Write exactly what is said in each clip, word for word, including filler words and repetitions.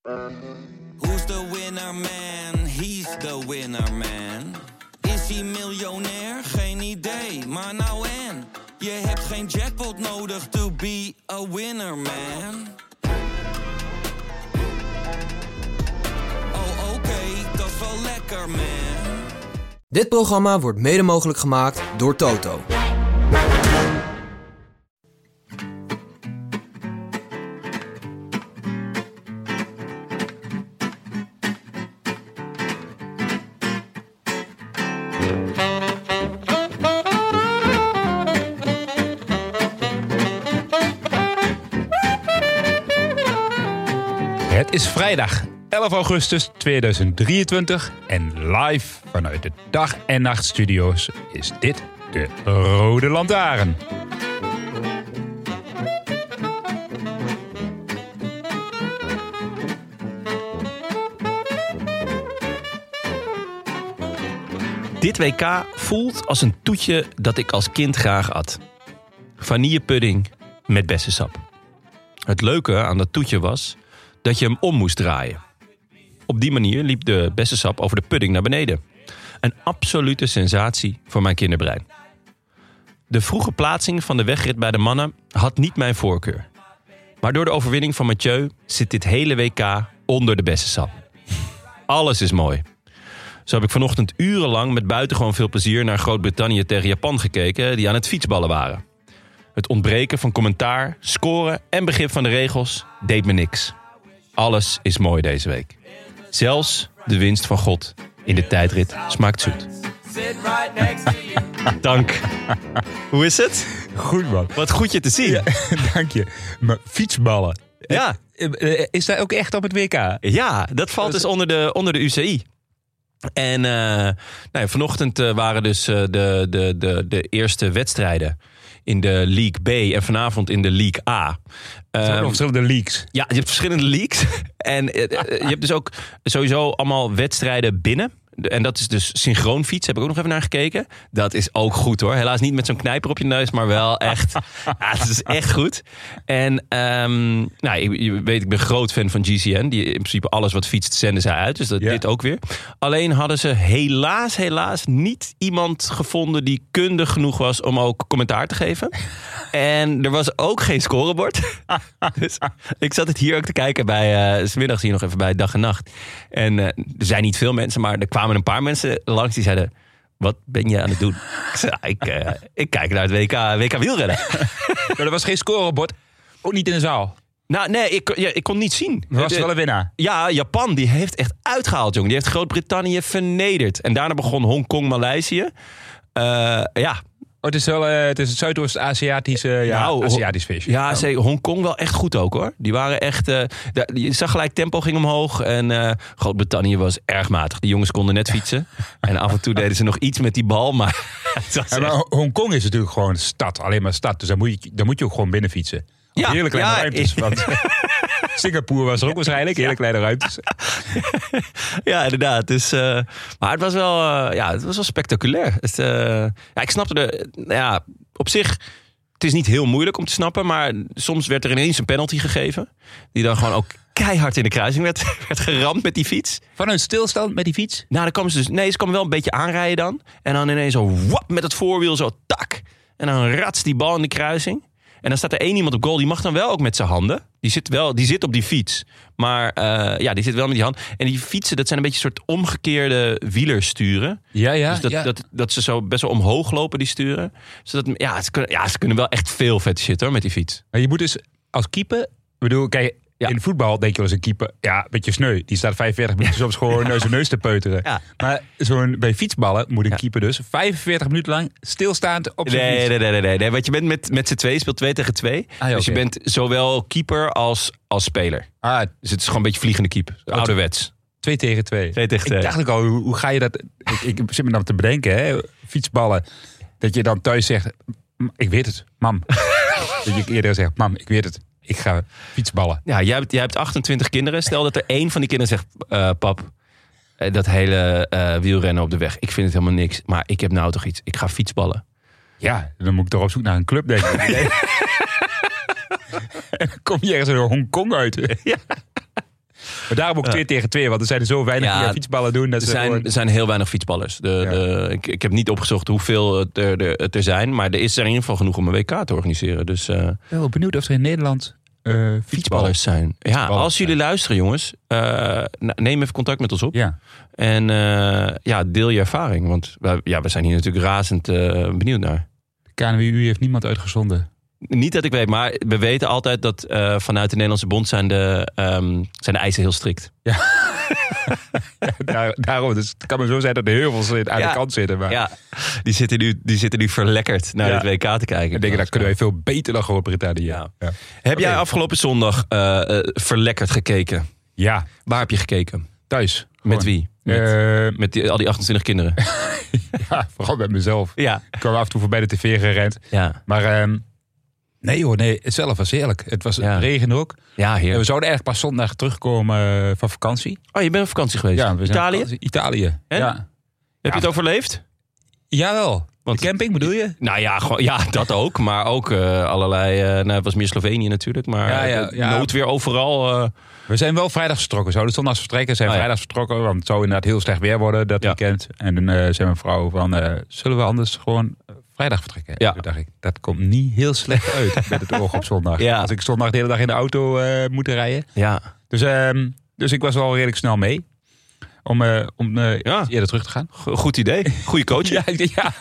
Who's the winner man? He's the winner man. Is hij miljonair? Geen idee, maar nou en. Je hebt geen jackpot nodig to be a winner man. Oh oké, okay, dat is wel lekker man. Dit programma wordt mede mogelijk gemaakt door Toto. Het is vrijdag elf augustus tweeduizend drieëntwintig en live vanuit de Dag en Nacht Studio's is dit de Rode Lantaarn. Dit W K voelt als een toetje dat ik als kind graag at. Vanillepudding met bessensap. Het leuke aan dat toetje was dat je hem om moest draaien. Op die manier liep de bessensap over de pudding naar beneden. Een absolute sensatie voor mijn kinderbrein. De vroege plaatsing van de wegrit bij de mannen had niet mijn voorkeur. Maar door de overwinning van Mathieu zit dit hele W K onder de bessensap. Alles is mooi. Zo heb ik vanochtend urenlang met buitengewoon veel plezier naar Groot-Brittannië tegen Japan gekeken die aan het fietsballen waren. Het ontbreken van commentaar, scoren en begrip van de regels deed me niks. Alles is mooi deze week. Zelfs de winst van God in de tijdrit smaakt zoet. Dank. Hoe is het? Goed man. Wat goed je te zien. Ja, dank je. Maar fietsballen. Ja. Is dat ook echt op het W K? Ja, dat valt dus onder de, onder de U C I. En uh, nou ja, vanochtend uh, waren dus uh, de, de, de, de eerste wedstrijden in de League B en vanavond in de League A. Er zijn um, verschillende leagues. Ja, je hebt verschillende leagues. En uh, je hebt dus ook sowieso allemaal wedstrijden binnen. En dat is dus synchroon fietsen, heb ik ook nog even naar gekeken. Dat is ook goed hoor. Helaas niet met zo'n knijper op je neus, maar wel echt. Ja, het is echt goed. En um, nou, je, je weet, ik ben groot fan van G C N. Die in principe alles wat fietst zenden zij uit. Dus dat, ja. Dit ook weer. Alleen hadden ze helaas, helaas niet iemand gevonden die kundig genoeg was om ook commentaar te geven. En er was ook geen scorebord. Dus ik zat het hier ook te kijken bij, uh, 's middags hier nog even bij Dag en Nacht. En uh, er zijn niet veel mensen, maar er kwamen een paar mensen langs die zeiden: wat ben je aan het doen? Ik zei, ik, uh, ik kijk naar het W K, W K wielrennen. Maar er was geen scorebord, ook niet in de zaal. Nou, nee, ik, ja, ik kon niet zien. Maar was het wel een winnaar? Ja, Japan, die heeft echt uitgehaald, jongen. Die heeft Groot-Brittannië vernederd. En daarna begon Hongkong, Maleisië. Uh, ja... Oh, het is wel uh, het is het Zuidoost-Aziatische ja, nou, Aziatisch feestje. Ja, oh. zeker. Hongkong wel echt goed ook hoor. Die waren echt. Uh, de, je zag gelijk tempo ging omhoog. En uh, Groot-Brittannië was erg matig. Die jongens konden net fietsen. En af en toe deden ze nog iets met die bal. Maar, het was ja, maar echt... Hongkong is natuurlijk gewoon stad. Alleen maar stad. Dus daar moet je, daar moet je ook gewoon binnen fietsen. Ja, hele kleine ja, ruimtes. Ik... Want Singapore was er ook waarschijnlijk. Hele kleine ruimtes. Ja, inderdaad. Dus, uh, maar het was wel, uh, ja, het was wel spectaculair. Het, uh, ja, ik snapte de. Ja, op zich, het is niet heel moeilijk om te snappen. Maar soms werd er ineens een penalty gegeven. Die dan gewoon ook keihard in de kruising werd, werd geramd met die fiets. Van een stilstand met die fiets? Nou, dan kwamen ze dus. Nee, ze kwamen wel een beetje aanrijden dan. En dan ineens zo wap met het voorwiel zo tak. En dan rats die bal in de kruising. En dan staat er één iemand op goal, die mag dan wel ook met zijn handen. Die zit wel, die zit op die fiets. Maar uh, ja, die zit wel met die hand. En die fietsen, dat zijn een beetje een soort omgekeerde wielersturen. Ja, ja. Dus dat, ja. Dat, dat ze zo best wel omhoog lopen, die sturen. Zodat, ja, ze kunnen, ja, ze kunnen wel echt veel vet shit hoor, met die fiets. Maar je moet dus als keeper, ik bedoel, kijk, ja. In voetbal denk je wel eens een keeper, ja, een beetje sneu. Die staat vijfenveertig minuten soms gewoon naar zijn neus te peuteren. Ja. Maar zo'n, bij fietsballen moet een ja. keeper dus vijfenveertig minuten lang stilstaand op zijn nee, fiets. Nee, nee, nee, nee, nee. Want je bent met, met z'n twee, speelt twee tegen twee. Ah, ja, dus okay. Je bent zowel keeper als, als speler. Ah. Dus het is gewoon een beetje vliegende keeper. Ouderwets. Twee tegen twee. Twee tegen twee. Ik dacht ook al, hoe, hoe ga je dat... Ik, ik zit me dan te bedenken, hè, fietsballen. Dat je dan thuis zegt, ik weet het, mam. Dat je eerder zegt, mam, ik weet het. Ik ga fietsballen. Ja, jij hebt, jij hebt achtentwintig kinderen. Stel dat er één van die kinderen zegt... Uh, pap, dat hele uh, wielrennen op de weg... ik vind het helemaal niks. Maar ik heb nou toch iets. Ik ga fietsballen. Ja, dan moet ik toch op zoek naar een club, denk ik. En dan kom je ergens in Hongkong uit. Ja. Maar daarom ook twee ja. tegen twee, want er zijn er zo weinig ja, die fietsballen doen. Dat er, zijn, gewoon... er zijn heel weinig fietsballers. De, ja. de, ik, ik heb niet opgezocht hoeveel het er, er, het er zijn, maar er is er in ieder geval genoeg om een W K te organiseren. Dus, uh, wel benieuwd of er in Nederland uh, fietsballers, fietsballers zijn. Ja, als jullie luisteren, jongens, uh, neem even contact met ons op. Ja. En uh, ja, deel je ervaring, want wij, ja, we zijn hier natuurlijk razend uh, benieuwd naar. De K N W U heeft niemand uitgezonden. Niet dat ik weet, maar we weten altijd dat uh, vanuit de Nederlandse Bond zijn de, um, zijn de eisen heel strikt. Ja. ja daar, daarom. Dus het kan maar zo zijn dat de heuvels aan ja. de kant zitten. Maar... Ja, die zitten, nu, die zitten nu verlekkerd naar ja. het W K te kijken. Ik denk dat kunnen wij veel beter dan Groot-Brittannië. Ja. Ja. Heb okay. jij afgelopen zondag uh, uh, verlekkerd gekeken? Ja. Waar heb je gekeken? Thuis. Gewoon. Met wie? Met, uh, met die, al die achtentwintig kinderen? ja, vooral met mezelf. Ja. Ik kwam af en toe voorbij de tv gerend. Ja. Maar... Um, Nee hoor, nee, het zelf was heerlijk. Het was ja. regen ook. Ja, heerlijk. We zouden eigenlijk pas zondag terugkomen uh, van vakantie. Oh, je bent op vakantie geweest? Ja, we zijn Italië? Vakantie. Italië, en? ja. Heb ja, je het overleefd? Jawel. Want de camping bedoel je? Nou ja, gewoon, ja dat ook. Maar ook uh, allerlei... Uh, nou, het was meer Slovenië natuurlijk. Maar ja, ja, ja. noodweer overal. Uh... We zijn wel vrijdag vertrokken. We zouden zondags vertrekken. Zijn oh, vrijdag ja. vertrokken. Want het zou inderdaad heel slecht weer worden dat ja. weekend. En toen uh, zei mijn vrouw van... Uh, zullen we anders gewoon... vrijdag vertrekken. Ja. Toen dacht ik, dat komt niet heel slecht uit met het oog op zondag. Ja. Als ik zondag de hele dag in de auto uh, moet rijden. Ja. Dus, um, dus ik was wel redelijk snel mee. Om, uh, om uh, ja. eerder terug te gaan. Goed idee. Goeie coach. ja, ja.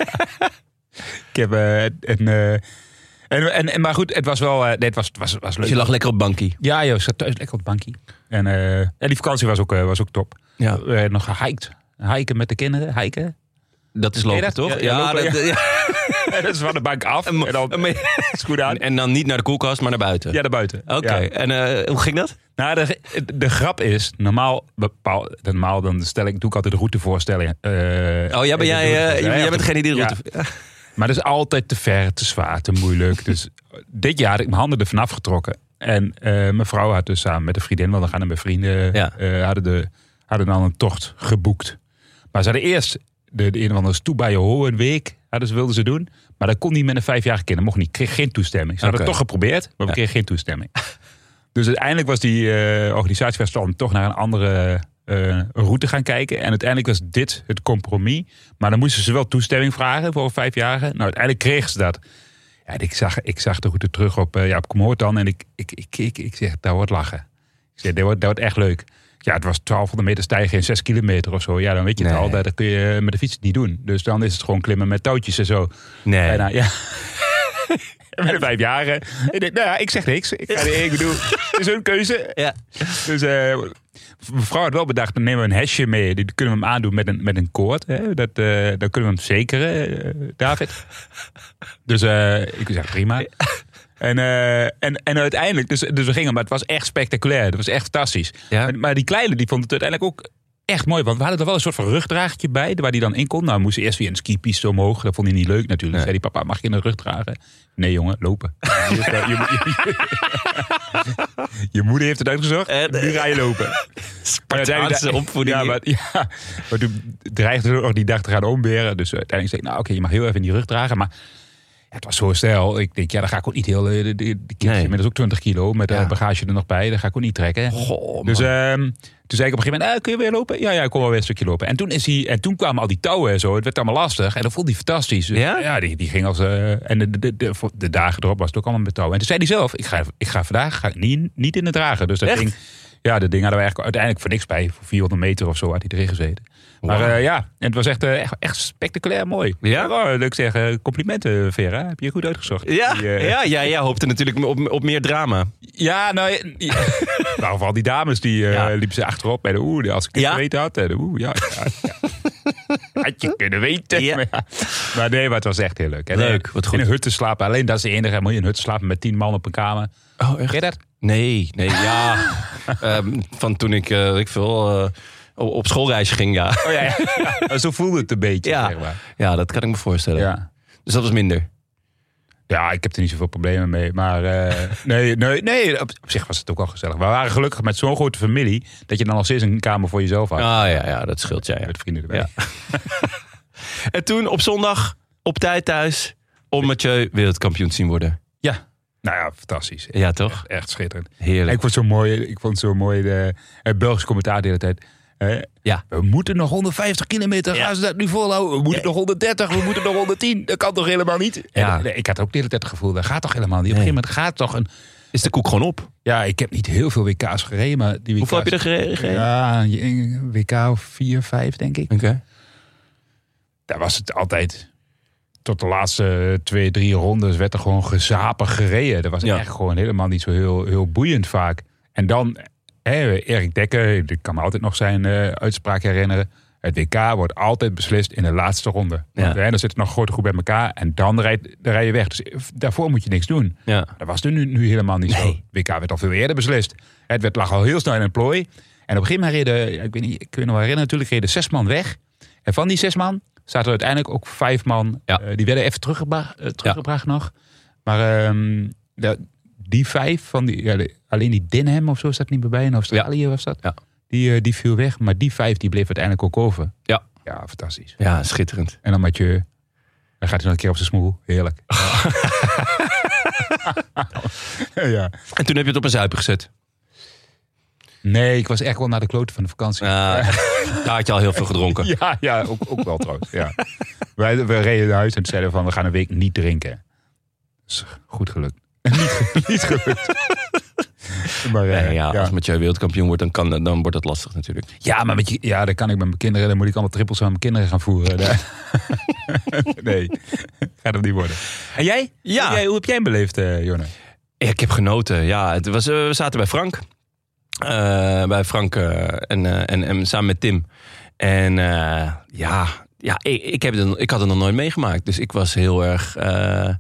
ik heb uh, een... Uh, en, en, en, maar goed, het was wel... Uh, nee, het was, was, was leuk. Dus je lag lekker op bankie. Ja, joh, ik zat thuis lekker op bankie. En, uh, en die vakantie was ook, uh, was ook top. Ja. Uh, nog gehiked. Hiken met de kinderen. Hiken. Dat is lopen, toch? Ja, ja, ja, lopen, dat, ja. ja. En dat is van de bank af. En dan is goed aan. En dan niet naar de koelkast, maar naar buiten. Ja, naar buiten. Oké. Okay. Ja. En uh, hoe ging dat? Nou, de, de grap is, normaal, bepaal, normaal dan stel ik, doe ik altijd de routevoorstellingen. Uh, oh, ja, ben jij, uh, jij bent degene die de route... Ja. Maar dat is altijd te ver, te zwaar, te moeilijk. Dus dit jaar had ik mijn handen er vanaf getrokken. En uh, mijn vrouw had dus samen met een vriendin, want dan gaan er mijn vrienden, ja. uh, hadden, de, hadden dan een tocht geboekt. Maar ze hadden eerst de, de een of andere Stubaio een week, hadden ze, wilden ze doen. Maar dat kon niet met een vijfjarige kind, dat mocht niet. Kreeg geen toestemming. Ze hadden okay. het toch geprobeerd, maar we ja. kregen geen toestemming. Dus uiteindelijk was die uh, organisatieverstand toch naar een andere uh, route gaan kijken. En uiteindelijk was dit het compromis. Maar dan moesten ze wel toestemming vragen voor een vijfjarige. Nou, uiteindelijk kregen ze dat. Ja, ik, zag, ik zag de route terug op uh, ja, op Komoot dan. En ik, ik, ik, ik, ik zeg, dat wordt lachen. Ik zeg, dat wordt, dat wordt echt leuk. Ja, het was twaalfhonderd meter stijgen in zes kilometer of zo. Ja, dan weet je het nee. al. Dat kun je met de fiets niet doen. Dus dan is het gewoon klimmen met touwtjes en zo. Nee. Bijna, ja. Met de vijf jaren. Ik denk, nou ja, ik zeg niks. Ik, ga, ik bedoel, het is hun keuze. Ja. Dus uh, mevrouw had wel bedacht, dan nemen we een hesje mee. Die kunnen we hem aandoen met een, met een koord. Hè? Dat, uh, dan kunnen we hem zekeren, uh, David. Dus uh, ik zeg prima. En, uh, en, en uiteindelijk, dus, dus we gingen, maar het was echt spectaculair. Het was echt fantastisch. Ja. Maar, maar die kleine, die vond het uiteindelijk ook echt mooi. Want we hadden er wel een soort van rugdragertje bij, waar die dan in kon. Nou, we moesten eerst weer een skipiste omhoog. Dat vond hij niet leuk natuurlijk. Nee. Zei die, papa, mag je in de rug dragen? Nee, jongen, lopen. je, je, je, je moeder heeft het uitgezocht. En nu ga je lopen. Spartaanse opvoeding. Ja, maar, ja, maar toen dreigde ze ook die dag te gaan omberen. Dus uiteindelijk zei ik, nou oké, okay, je mag heel even in die rug dragen. Maar ja, het was zo stijl. Ik denk, ja, dan ga ik ook niet heel... De, de, de kind nee. inmiddels ook twintig kilo met ja. bagage er nog bij. Dat ga ik ook niet trekken. Goh, dus um, toen zei ik op een gegeven moment, ah, kun je weer lopen? Ja, ja, ik kom wel weer een stukje lopen. En toen, is hij, en toen kwamen al die touwen en zo. Het werd allemaal lastig. En dat vond hij fantastisch. Dus, ja? Ja, die, die ging als... Uh, en de, de, de, de dagen erop was het ook allemaal met touwen. En toen zei hij zelf, ik ga, ik ga vandaag ga ik niet, niet in het dragen. Dus dat Echt? ging... Ja, dat ding hadden we eigenlijk uiteindelijk voor niks bij. Voor vierhonderd meter of zo had hij erin gezeten. Maar wow. uh, ja, en het was echt, uh, echt, echt spectaculair mooi. Ja? Oh, leuk zeggen. Complimenten, Vera. Heb je goed uitgezocht. Ja, die, uh... ja, ja, ja, hoopte natuurlijk op, op meer drama. Ja, nou... Ja. nou, vooral die dames, die uh, ja. liepen ze achterop. En oeh, als ik het ja? geweten had. En oeh, ja, ja, ja. Had je kunnen weten. Ja. Maar, ja. maar nee, maar het was echt heel leuk. En, leuk, wat goed. In een hut te slapen. Alleen dat is de enige. Moet je in een hut slapen met tien man op een kamer. Oh, echt? Ken je dat? Nee, nee, ja. um, van toen ik, uh, ik veel, uh, op schoolreisje ging, ja. Oh ja, ja. ja. Zo voelde het een beetje, ja. zeg maar. Ja, dat kan ik me voorstellen. Ja. Dus dat was minder. Ja, ik heb er niet zoveel problemen mee. Maar uh, nee, nee, nee op, op zich was het ook wel gezellig. We waren gelukkig met zo'n grote familie dat je dan al steeds een kamer voor jezelf had. Ah ja, ja, dat scheelt jij. Ja, met vrienden erbij. Ja. En toen op zondag op tijd thuis om Mathieu wereldkampioen te zien worden. Ja. Nou ja, fantastisch. Ja, toch? Echt, echt schitterend. Heerlijk. En ik vond het zo mooi, ik vond het zo mooi de uh, Belgische commentaar de hele tijd. Uh, ja. We moeten nog honderdvijftig kilometer, ja. Gaan ze dat nu volhouden? We moeten ja. nog honderddertig, we moeten nog honderdtien. Dat kan toch helemaal niet? Ja. En, ik had ook de hele tijd het gevoel, dat gaat toch helemaal niet? Op een gegeven moment gaat toch een... Is de koek gewoon op? Ja, ik heb niet heel veel W K's gereden, maar die W K's... Hoeveel heb je er gereden? Ja, een W K of vier, vijf, denk ik. Oké. Okay. Daar was het altijd... Tot de laatste twee, drie rondes werd er gewoon gezapig gereden. Dat was ja. echt gewoon helemaal niet zo heel, heel boeiend vaak. En dan, hè, Erik Dekker, ik kan me altijd nog zijn uh, uitspraak herinneren. Het W K wordt altijd beslist in de laatste ronde. Ja. Want, hè, dan zit er nog een grote groep bij elkaar en dan rijd, dan rijd je weg. Dus daarvoor moet je niks doen. Ja. Dat was er nu, nu helemaal niet nee. zo. Het W K werd al veel eerder beslist. Het werd, lag al heel snel in een plooi. En op een gegeven moment reden, ik weet niet, ik weet nog wel herinneren, natuurlijk reden zes man weg. En van die zes man zaten er uiteindelijk ook vijf man. Ja. Uh, die werden even teruggebracht, uh, teruggebracht ja. nog. Maar um, de, die vijf, van die, ja, de, alleen die Dinham of zo staat niet meer bij. In Australië ja. was dat. Ja. Die, uh, die viel weg. Maar die vijf die bleef uiteindelijk ook over. Ja. Ja, fantastisch. Ja, schitterend. En dan met je... Dan gaat hij nog een keer op zijn smoel. Heerlijk. ja. En toen heb je het op een zuipen gezet. Nee, ik was echt wel naar de kloten van de vakantie. Uh, daar had je al heel veel gedronken. ja, ja ook, ook wel trouwens. Ja. Wij, we reden naar huis en zeiden van we gaan een week niet drinken. Dat is goed gelukt. niet, niet gelukt. Maar, uh, nee, ja, ja. Als Mathieu wereldkampioen wordt, dan, kan, dan wordt het lastig natuurlijk. Ja, maar met je, ja, dan kan ik met mijn kinderen, dan moet ik allemaal trippels aan mijn kinderen gaan voeren. nee, gaat het niet worden. En jij? Ja. Hoe, jij, hoe heb jij hem beleefd, uh, Jonne? Ik heb genoten, ja. Het was, uh, we zaten bij Frank. Uh, bij Frank uh, en, uh, en, en samen met Tim. En uh, ja, ja ik, ik, heb het, ik had het nog nooit meegemaakt. Dus ik was heel erg, uh,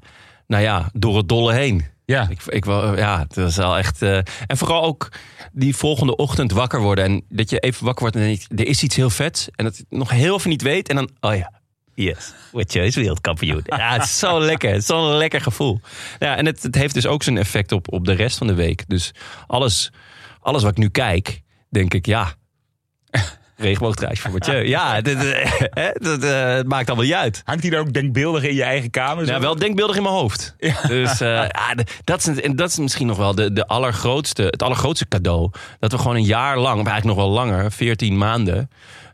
nou ja, door het dolle heen. Ja. Ik, ik, ja, het was al echt... Uh, en vooral ook die volgende ochtend wakker worden. En dat je even wakker wordt en denkt, er is iets heel vets. En dat je nog heel veel niet weet. En dan, oh ja, yes, Mathieu is wereldkampioen. Ja, het is zo lekker. Het is zo'n lekker gevoel. Ja, en het, het heeft dus ook zijn effect op, op de rest van de week. Dus alles... Alles wat ik nu kijk, denk ik, ja, regenboogtruitje voor Mathieu. Ja, het, het, het, het maakt allemaal niet uit. Hangt hij dan ook denkbeeldig in je eigen kamer? Ja, wel denkbeeldig in mijn hoofd. Ja. Dus uh, ja, dat, is, dat is misschien nog wel de, de allergrootste, het allergrootste cadeau. Dat we gewoon een jaar lang, of eigenlijk nog wel langer, veertien maanden...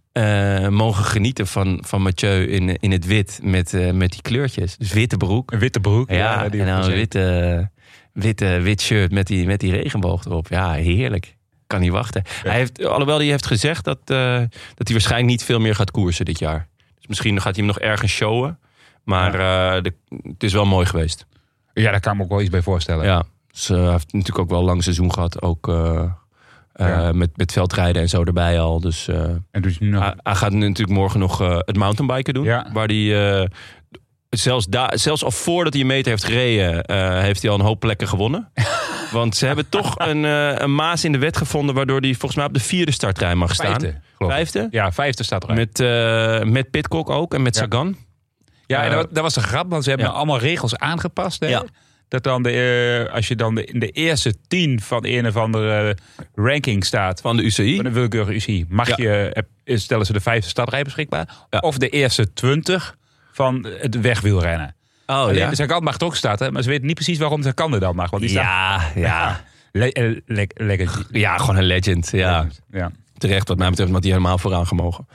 Uh, mogen genieten van, van Mathieu in, in het wit met, uh, met die kleurtjes. Dus witte broek. Een witte broek. Ja, ja die en nou een witte... Witte, wit shirt met die, met die regenboog erop. Ja, heerlijk. Kan niet wachten. Ja. Hij heeft, alhoewel hij heeft gezegd dat, uh, dat hij waarschijnlijk niet veel meer gaat koersen dit jaar. Dus misschien gaat hij hem nog ergens showen. Maar ja. uh, de, het is wel mooi geweest. Ja, daar kan ik me ook wel iets bij voorstellen. Ja, dus, uh, hij heeft natuurlijk ook wel een lang seizoen gehad. Ook uh, uh, ja. met, met veldrijden en zo erbij al. Dus, uh, en dus nu nog... hij, hij gaat natuurlijk morgen nog uh, het mountainbiken doen. Ja. Waar hij... Uh, Zelfs, daar, zelfs al voordat hij een meter heeft gereden, uh, heeft hij al een hoop plekken gewonnen. Want ze hebben toch een, uh, een maas in de wet gevonden, waardoor hij volgens mij op de vierde startrij mag staan. Vijfde, Vijfde? Ja, vijfde staat eruit. Met, uh, met Pidcock ook en met ja. Sagan. Ja, en uh, dat, dat was een grap, want ze hebben ja. allemaal regels aangepast. Hè? Ja. Dat dan de, uh, als je dan de, in de eerste tien van een of andere ranking staat. Van de U C I. Van de willekeurige U C I. Mag ja. je, stellen ze de vijfde startrij beschikbaar. Ja. Of de eerste twintig van het wegwielrennen. Oh, Alleen, ja. de Sagan mag er ook starten, maar ze weten niet precies waarom de Sagan er dan mag. Want die ja, staat, ja. ja. Le- le- legend. Ja, gewoon een legend. Ja. legend. Ja. Terecht, wat mij betreft, had hij helemaal vooraan gemogen.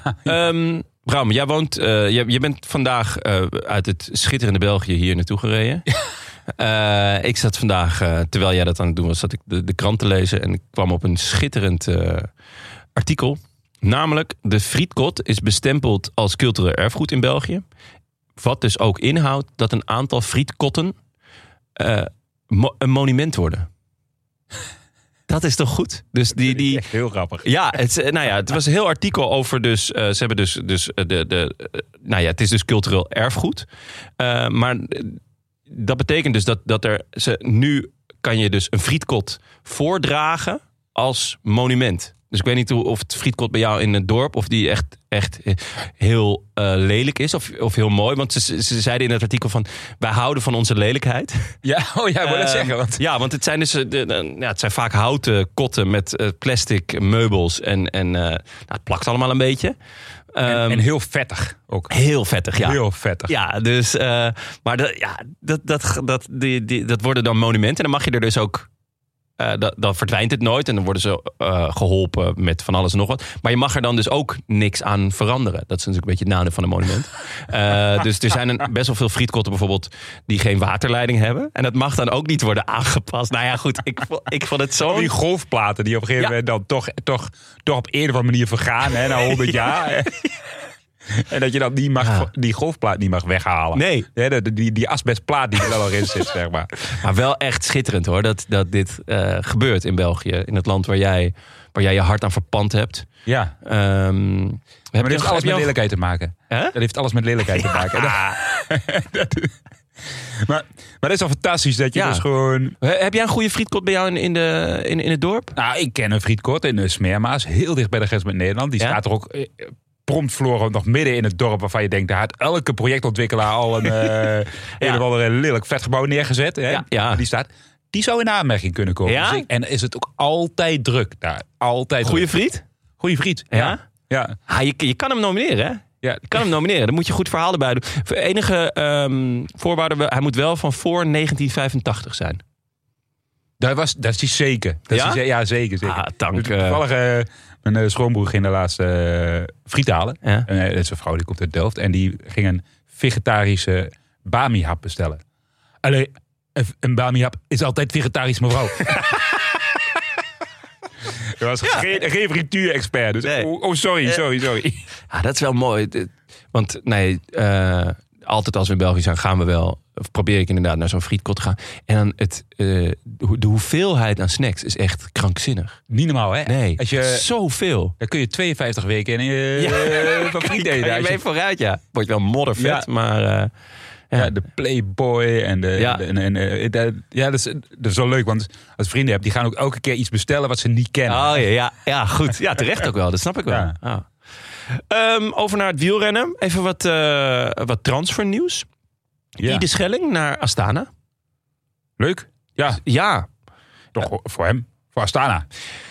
um, Bram, jij woont, uh, je, je bent vandaag uh, uit het schitterende België hier naartoe gereden. uh, ik zat vandaag, uh, terwijl jij dat aan het doen was, zat ik de, de krant te lezen en ik kwam op een schitterend uh, artikel. Namelijk, de frietkot is bestempeld als cultureel erfgoed in België. Wat dus ook inhoudt dat een aantal frietkotten uh, mo- een monument worden. Dat is toch goed? Dus die, die, echt heel grappig. Ja, het, nou ja, het was een heel artikel over dus... Uh, ze hebben dus, dus de, de, uh, nou ja, het is dus cultureel erfgoed. Uh, maar dat betekent dus dat, dat er... Ze, nu kan je dus een frietkot voordragen als monument. Dus ik weet niet hoe, of het frietkot bij jou in het dorp... of die echt, echt heel uh, lelijk is of, of heel mooi. Want ze, ze zeiden in het artikel van... wij houden van onze lelijkheid. Ja, oh ja, ik wil het uh, zeggen. Want... Ja, want het zijn dus de, de, ja, het zijn vaak houten kotten met uh, plastic meubels. En, en uh, nou, het plakt allemaal een beetje. Um, en, en heel vettig ook. Heel vettig, ja. Heel vettig. Ja, dus... Uh, maar de, ja, dat, dat, dat, die, die, dat worden dan monumenten. En dan mag je er dus ook... Uh, dan, dan verdwijnt het nooit en dan worden ze uh, geholpen met van alles en nog wat. Maar je mag er dan dus ook niks aan veranderen. Dat is natuurlijk een beetje het nadeel van een monument. Uh, dus er zijn een, best wel veel frietkotten bijvoorbeeld die geen waterleiding hebben. En dat mag dan ook niet worden aangepast. Nou ja, goed, ik, ik vond het zo... Die golfplaten die op een gegeven ja. moment dan toch, toch, toch op een of andere manier vergaan, hè, na honderd jaar. Ja. En dat je dan die, mag, ja. die golfplaat niet mag weghalen. Nee. Ja, die, die asbestplaat die er wel in zit, zeg maar. Maar wel echt schitterend hoor, dat, dat dit uh, gebeurt in België. In het land waar jij, waar jij je hart aan verpand hebt. Ja. Um, maar dat heeft alles met al... lelijkheid te maken. Huh? Dat heeft alles met lelijkheid ja. te maken. dat, maar, maar dat is al fantastisch dat je ja. dus gewoon... Heb jij een goede frietkot bij jou in, in, de, in, in het dorp? Nou, ik ken een frietkot in de Smeermaas. Heel dicht bij de grens met Nederland. Die ja? staat er ook... promptvloren nog midden in het dorp waarvan je denkt... daar had elke projectontwikkelaar al een, uh, ja. een of andere lelijk vetgebouw neergezet. Hè? Ja, ja. Die staat, die zou in aanmerking kunnen komen. Ja? Dus ik, en is het ook altijd druk daar. Altijd Goeie friet? Goeie friet, ja. ja. ja. Ah, je, je kan hem nomineren, hè? Ja. Je kan hem nomineren. Dan moet je een goed verhaal erbij doen. Voor enige um, voorwaarden, hij moet wel van voor negentien vijfentachtig zijn. Dat, was, dat is die zeker. Dat ja? Is die, ja, zeker. zeker. Ah, dank. Dus toevallig... Uh, Mijn uh, schoonbroer ging de laatste uh, friet halen. Ja. En, uh, dat is een vrouw die komt uit Delft. En die ging een vegetarische bami-hap bestellen. Allee, een bami-hap is altijd vegetarisch, mevrouw. Dat was ja. geen, geen frituur-expert. Dus, nee. oh, oh, sorry, sorry, sorry. Ja, dat is wel mooi. Want nee, uh, altijd als we in België zijn, gaan we wel... Of probeer ik inderdaad naar zo'n frietkot te gaan. En dan het, uh, de hoeveelheid aan snacks is echt krankzinnig. Niet normaal, hè? Nee, als je, zoveel. Dan kun je tweeënvijftig weken in uh, ja. van friet eten. Kan je mee vooruit, ja. Wordt wel moddervet, ja. maar... Uh, ja. ja, de Playboy en de... Ja, de, en, en, de, de, ja dat, is, dat is wel leuk, want als vrienden hebt... die gaan ook elke keer iets bestellen wat ze niet kennen. Oh ja, ja, ja goed. Ja, terecht ook wel. Dat snap ik wel. Ja. Oh. Um, over naar het wielrennen. Even wat, uh, wat transfernieuws. Ja. Ide Schelling naar Astana. Leuk. Ja. Ja. Toch uh, voor hem. Voor Astana.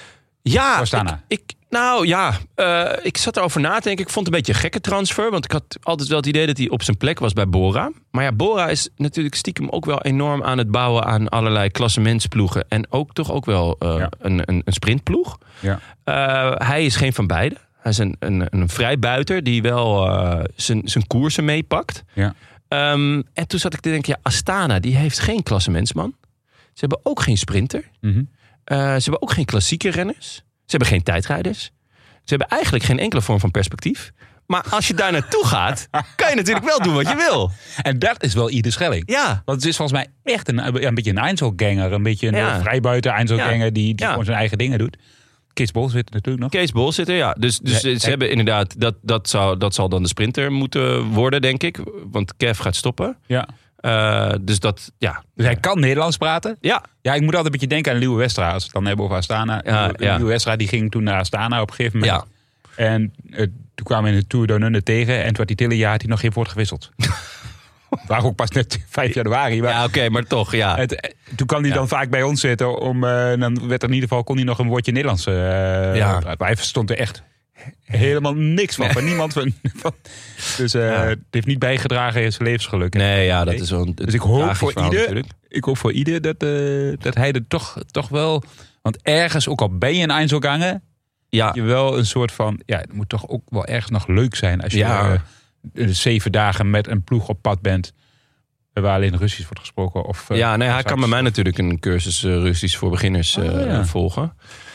Ja. Voor Astana. Ik, ik, nou ja, uh, ik zat erover na te denken. Ik vond het een beetje een gekke transfer. Want ik had altijd wel het idee dat hij op zijn plek was bij Bora. Maar ja, Bora is natuurlijk stiekem ook wel enorm aan het bouwen aan allerlei klassementsploegen. En ook toch ook wel uh, ja. een, een, een sprintploeg. Ja. Uh, hij is geen van beide. Hij is een, een, een vrijbuiter die wel uh, zijn, zijn koersen meepakt. Ja. Um, en toen zat ik te denken, ja, Astana, die heeft geen klassementsman. Ze hebben ook geen sprinter. Mm-hmm. Uh, ze hebben ook geen klassieke renners. Ze hebben geen tijdrijders. Ze hebben eigenlijk geen enkele vorm van perspectief. Maar als je daar naartoe gaat, kan je natuurlijk wel doen wat je wil. En dat is wel Ide Schelling. Ja. Want het is volgens mij echt een, een beetje een Einzelganger. Een beetje een ja. vrijbuiter Einzelganger ja. die, die ja. gewoon zijn eigen dingen doet. Kees Bol zit er natuurlijk nog. Kees Bol zit er, ja. Dus, dus ja, ze hebben inderdaad, dat, dat, zou, dat zal dan de sprinter moeten worden, denk ik. Want Kev gaat stoppen. Ja. Uh, dus dat, ja. Dus hij kan Nederlands praten? Ja. Ja, ik moet altijd een beetje denken aan Liewe Westra. Als we het dan hebben over Astana. Ja, ja. Liewe Westra die ging toen naar Astana op een gegeven moment. Ja. En uh, toen kwamen we in de Tour Down Under tegen. En toen had hij het hele jaar had hij nog geen woord gewisseld. Waar ook pas net vijf januari. Maar ja, oké, okay, maar toch, ja. Het, toen kan hij ja. dan vaak bij ons zitten. Om, uh, dan werd er in ieder geval kon hij nog een woordje Nederlands. Uh, ja. Maar hij verstond er echt helemaal niks van. Nee. Van niemand van. van dus uh, ja. het heeft niet bijgedragen in zijn levensgeluk. Nee, ja, dat is wel een. Dus ik hoop voor Ide. Ik hoop voor Ide dat, uh, dat hij er toch, toch wel. Want ergens, ook al ben je een Einzelganger. Ja. Je wel een soort van. Ja, het moet toch ook wel ergens nog leuk zijn. Als je ja. uh, zeven dagen met een ploeg op pad bent. Waar alleen Russisch wordt gesproken. Of, uh, ja, nee, hij kan bij mij natuurlijk een cursus uh, Russisch voor beginners uh, oh, ja. volgen.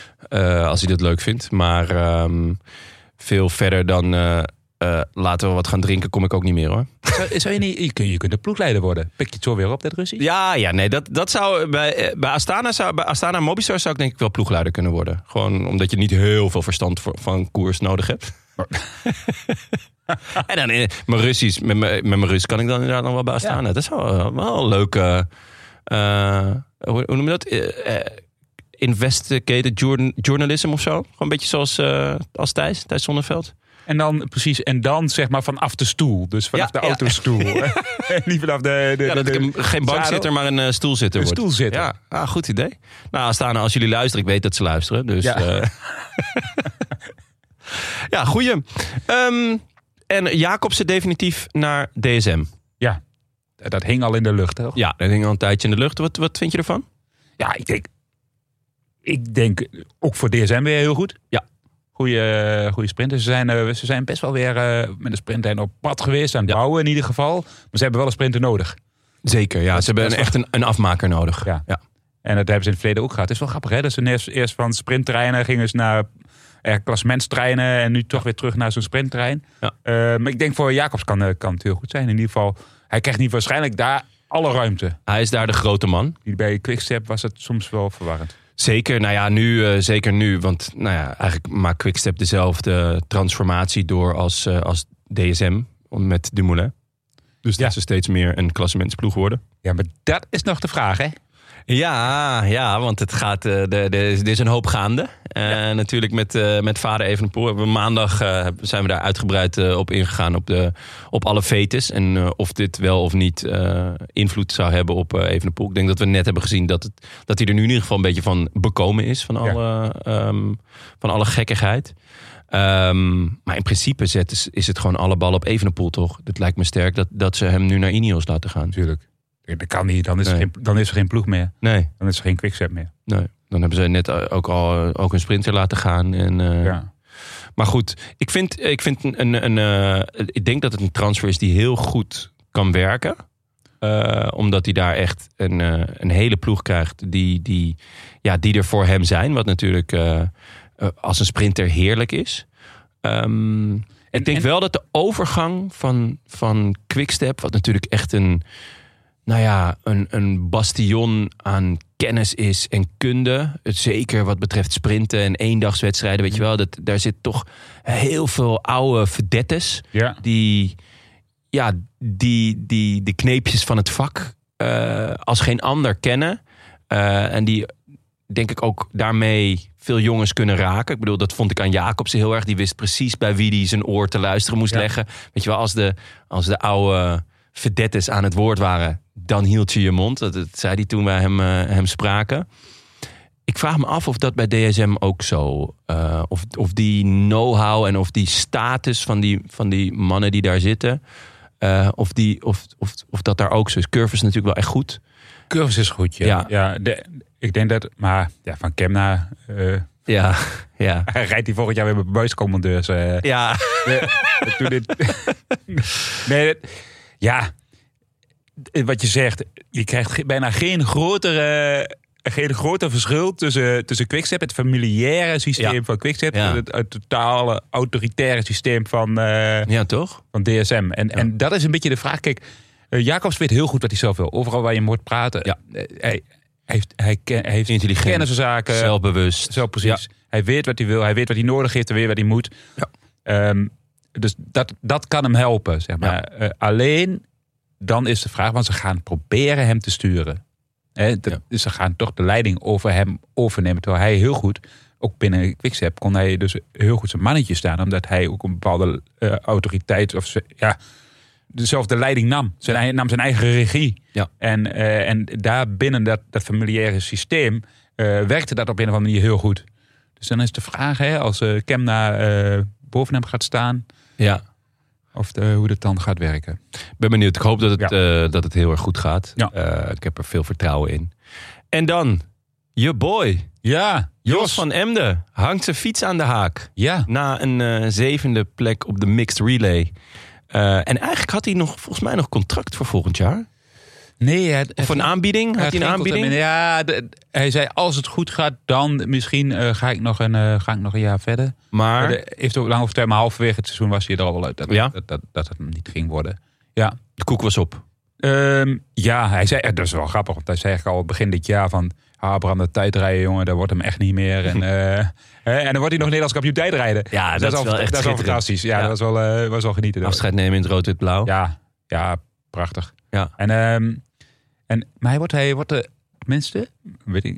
Uh, als hij dat leuk vindt. Maar um, veel verder dan uh, uh, laten we wat gaan drinken, kom ik ook niet meer hoor. Zou, zou je niet, je kunt, je kunt de ploegleider worden. Pik je het zo weer op, dat Russisch? Ja, ja, nee, dat, dat zou bij, bij Astana, zou, bij Astana Mobistar zou ik denk ik wel ploegleider kunnen worden. Gewoon omdat je niet heel veel verstand voor, van koers nodig hebt. Oh. En dan in mijn Russisch, met mijn, met mijn Rus kan ik dan inderdaad nog wel bij Astana. Ja. Dat is wel, wel een leuke, uh, hoe, hoe noem je dat? Uh, uh, investigative journ- journalism of zo. Gewoon een beetje zoals uh, als Thijs, Thijs Zonneveld. En dan, precies, en dan zeg maar vanaf de stoel. Dus vanaf Ja, de ja. autostoel. Niet vanaf de... de, Ja, dat de, ik een, geen bankzitter, maar een uh, stoelzitter Een word. stoelzitter. Ja, ah, goed idee. Nou, Astana, als jullie luisteren, ik weet dat ze luisteren. Dus Ja. ja, uh... ja goeie. Um, en Jacobsen definitief naar D S M. Ja, dat hing al in de lucht, toch? Ja, dat hing al een tijdje in de lucht. Wat, wat vind je ervan? Ja, ik denk... Ik denk ook voor D S M weer heel goed. Ja. Goeie, goede sprinters. Ze zijn, uh, ze zijn best wel weer uh, met een sprintlijn op pad geweest. Aan het Ja. bouwen in ieder geval. Maar ze hebben wel een sprinter nodig. Zeker, ja. Dat- Ze hebben dat een, is echt een, een afmaker nodig. Ja. Ja. En dat hebben ze in het verleden ook gehad. Het is wel grappig, hè? Dat ze eerst, eerst van sprinttreinen gingen ze naar uh, klassementstreinen. En nu toch weer terug naar zo'n sprinttrein. Ja. Uh, maar ik denk voor Jacobs kan, uh, kan het heel goed zijn. In ieder geval, hij krijgt niet waarschijnlijk daar alle ruimte. Hij is daar de grote man. Die bij Quickstep was het soms wel verwarrend. Zeker, nou ja, nu, uh, zeker nu. Want nou ja, eigenlijk maakt Quickstep dezelfde transformatie door als, uh, als D S M met Dumoulin. Dus Ja. dat ze steeds meer een klassementsploeg worden. Ja, maar dat is nog de vraag, hè? Ja, ja, want het gaat, uh, de, de, er is een hoop gaande. Uh, ja. Natuurlijk met, uh, met vader Evenepoel. Hebben we maandag uh, zijn we daar uitgebreid uh, op ingegaan op, de, op alle fetes. En uh, of dit wel of niet uh, invloed zou hebben op uh, Evenepoel. Ik denk dat we net hebben gezien dat, het, dat hij er nu in ieder geval een beetje van bekomen is. Van alle, ja. um, van alle gekkigheid. Um, maar in principe zet, is het gewoon alle ballen op Evenepoel, toch? Het lijkt me sterk dat, dat ze hem nu naar Ineos laten gaan. Natuurlijk. Dat kan niet. Dan is, Nee. er geen, dan is er geen ploeg meer. Nee. Dan is er geen Quickstep meer. Nee, dan hebben ze net ook al ook een sprinter laten gaan. En, uh, Ja. Maar goed, ik vind, ik vind een, een, een uh, ik denk dat het een transfer is die heel goed kan werken. Uh, omdat hij daar echt een, uh, een hele ploeg krijgt die, die, ja, die er voor hem zijn. Wat natuurlijk uh, uh, als een sprinter heerlijk is. Um, en, ik denk en... wel dat de overgang van, van Quickstep, wat natuurlijk echt een... Nou ja, een, een bastion aan kennis is en kunde. Zeker wat betreft sprinten en eendagswedstrijden. Weet je wel, dat, daar zit toch heel veel oude vedettes. Ja. Die, ja, die, die de kneepjes van het vak uh, als geen ander kennen. Uh, en die denk ik ook daarmee veel jongens kunnen raken. Ik bedoel, dat vond ik aan Jacobsen heel erg. Die wist precies bij wie hij zijn oor te luisteren moest ja. leggen. Weet je wel, als de, als de oude... vedettes aan het woord waren, dan hield je je mond. Dat, dat zei hij toen wij hem, uh, hem spraken. Ik vraag me af of dat bij D S M ook zo... Uh, of, of die know-how en of die status van die, van die mannen die daar zitten... Uh, of, die, of, of, of dat daar ook zo is. Curve is natuurlijk wel echt goed. Curve is goed, ja. ja. ja de, ik denk dat... Maar ja, van Kemna... Uh, ja, ja. Hij rijdt hij volgend jaar weer met buiscommandeurs. Uh, ja. De, toen dit, nee, dat, ja, wat je zegt, je krijgt bijna geen grotere, geen groter verschil tussen, tussen Quickstep, het familiaire systeem ja. van Quickstep, ja. het, het totale autoritaire systeem van, uh, ja, toch? van D S M. En, ja. en dat is een beetje de vraag. Kijk, uh, Jacobs weet heel goed wat hij zelf wil. Overal waar je hem hoort praten. Ja. Uh, hij, heeft, hij, hij heeft intelligent, kennis van zaken. Zelfbewust. Zo precies. Ja. Hij weet wat hij wil, hij weet wat hij nodig heeft en weet wat hij moet. Ja. Um, dus dat, dat kan hem helpen, zeg maar. Ja. Uh, alleen, dan is de vraag, want ze gaan proberen hem te sturen. He, dat, ja. Dus ze gaan toch de leiding over hem overnemen. Terwijl hij heel goed, ook binnen Quickstep, kon hij dus heel goed zijn mannetje staan. Omdat hij ook een bepaalde uh, autoriteit, of ze, ja, dezelfde leiding nam. Zijn, hij nam zijn eigen regie. Ja. En, uh, en daar binnen dat, dat familiaire systeem uh, werkte dat op een of andere manier heel goed. Dus dan is de vraag, hè, als uh, Kemna uh, boven hem gaat staan... Ja. Of de, hoe dat dan gaat werken. Ik ben benieuwd. Ik hoop dat het, ja. uh, dat het heel erg goed gaat. Ja. Uh, ik heb er veel vertrouwen in. En dan, je boy. Ja, Jos, Jos van Emden hangt zijn fiets aan de haak. Ja. Na een uh, zevende plek op de mixed relay. Uh, en eigenlijk had hij nog, volgens mij nog contract voor volgend jaar. Nee, het, of een aanbieding? Had hij een aanbieding? Ja, de, hij zei als het goed gaat, dan misschien uh, ga, ik nog een, uh, ga ik nog een jaar verder. Maar de, heeft ook lang of tijd, maar halverwege het seizoen was hij er al wel uit dat, ja? dat, dat, dat het hem niet ging worden. Ja. De koek was op. Um, ja, hij zei, dat is wel grappig, want hij zei eigenlijk al begin dit jaar van, Abraham, de tijdrijden, jongen, dat wordt hem echt niet meer. En, uh, en dan wordt hij nog Nederlands kampioen tijdrijden. Ja, dat, dat is wel, wel echt dat is wel fantastisch. Ja, ja. dat was wel, uh, was wel genieten. Afscheid nemen in het rood-wit-blauw. Ja, ja, prachtig. Ja. En, um, en, maar hij wordt, hij wordt de, tenminste, weet ik,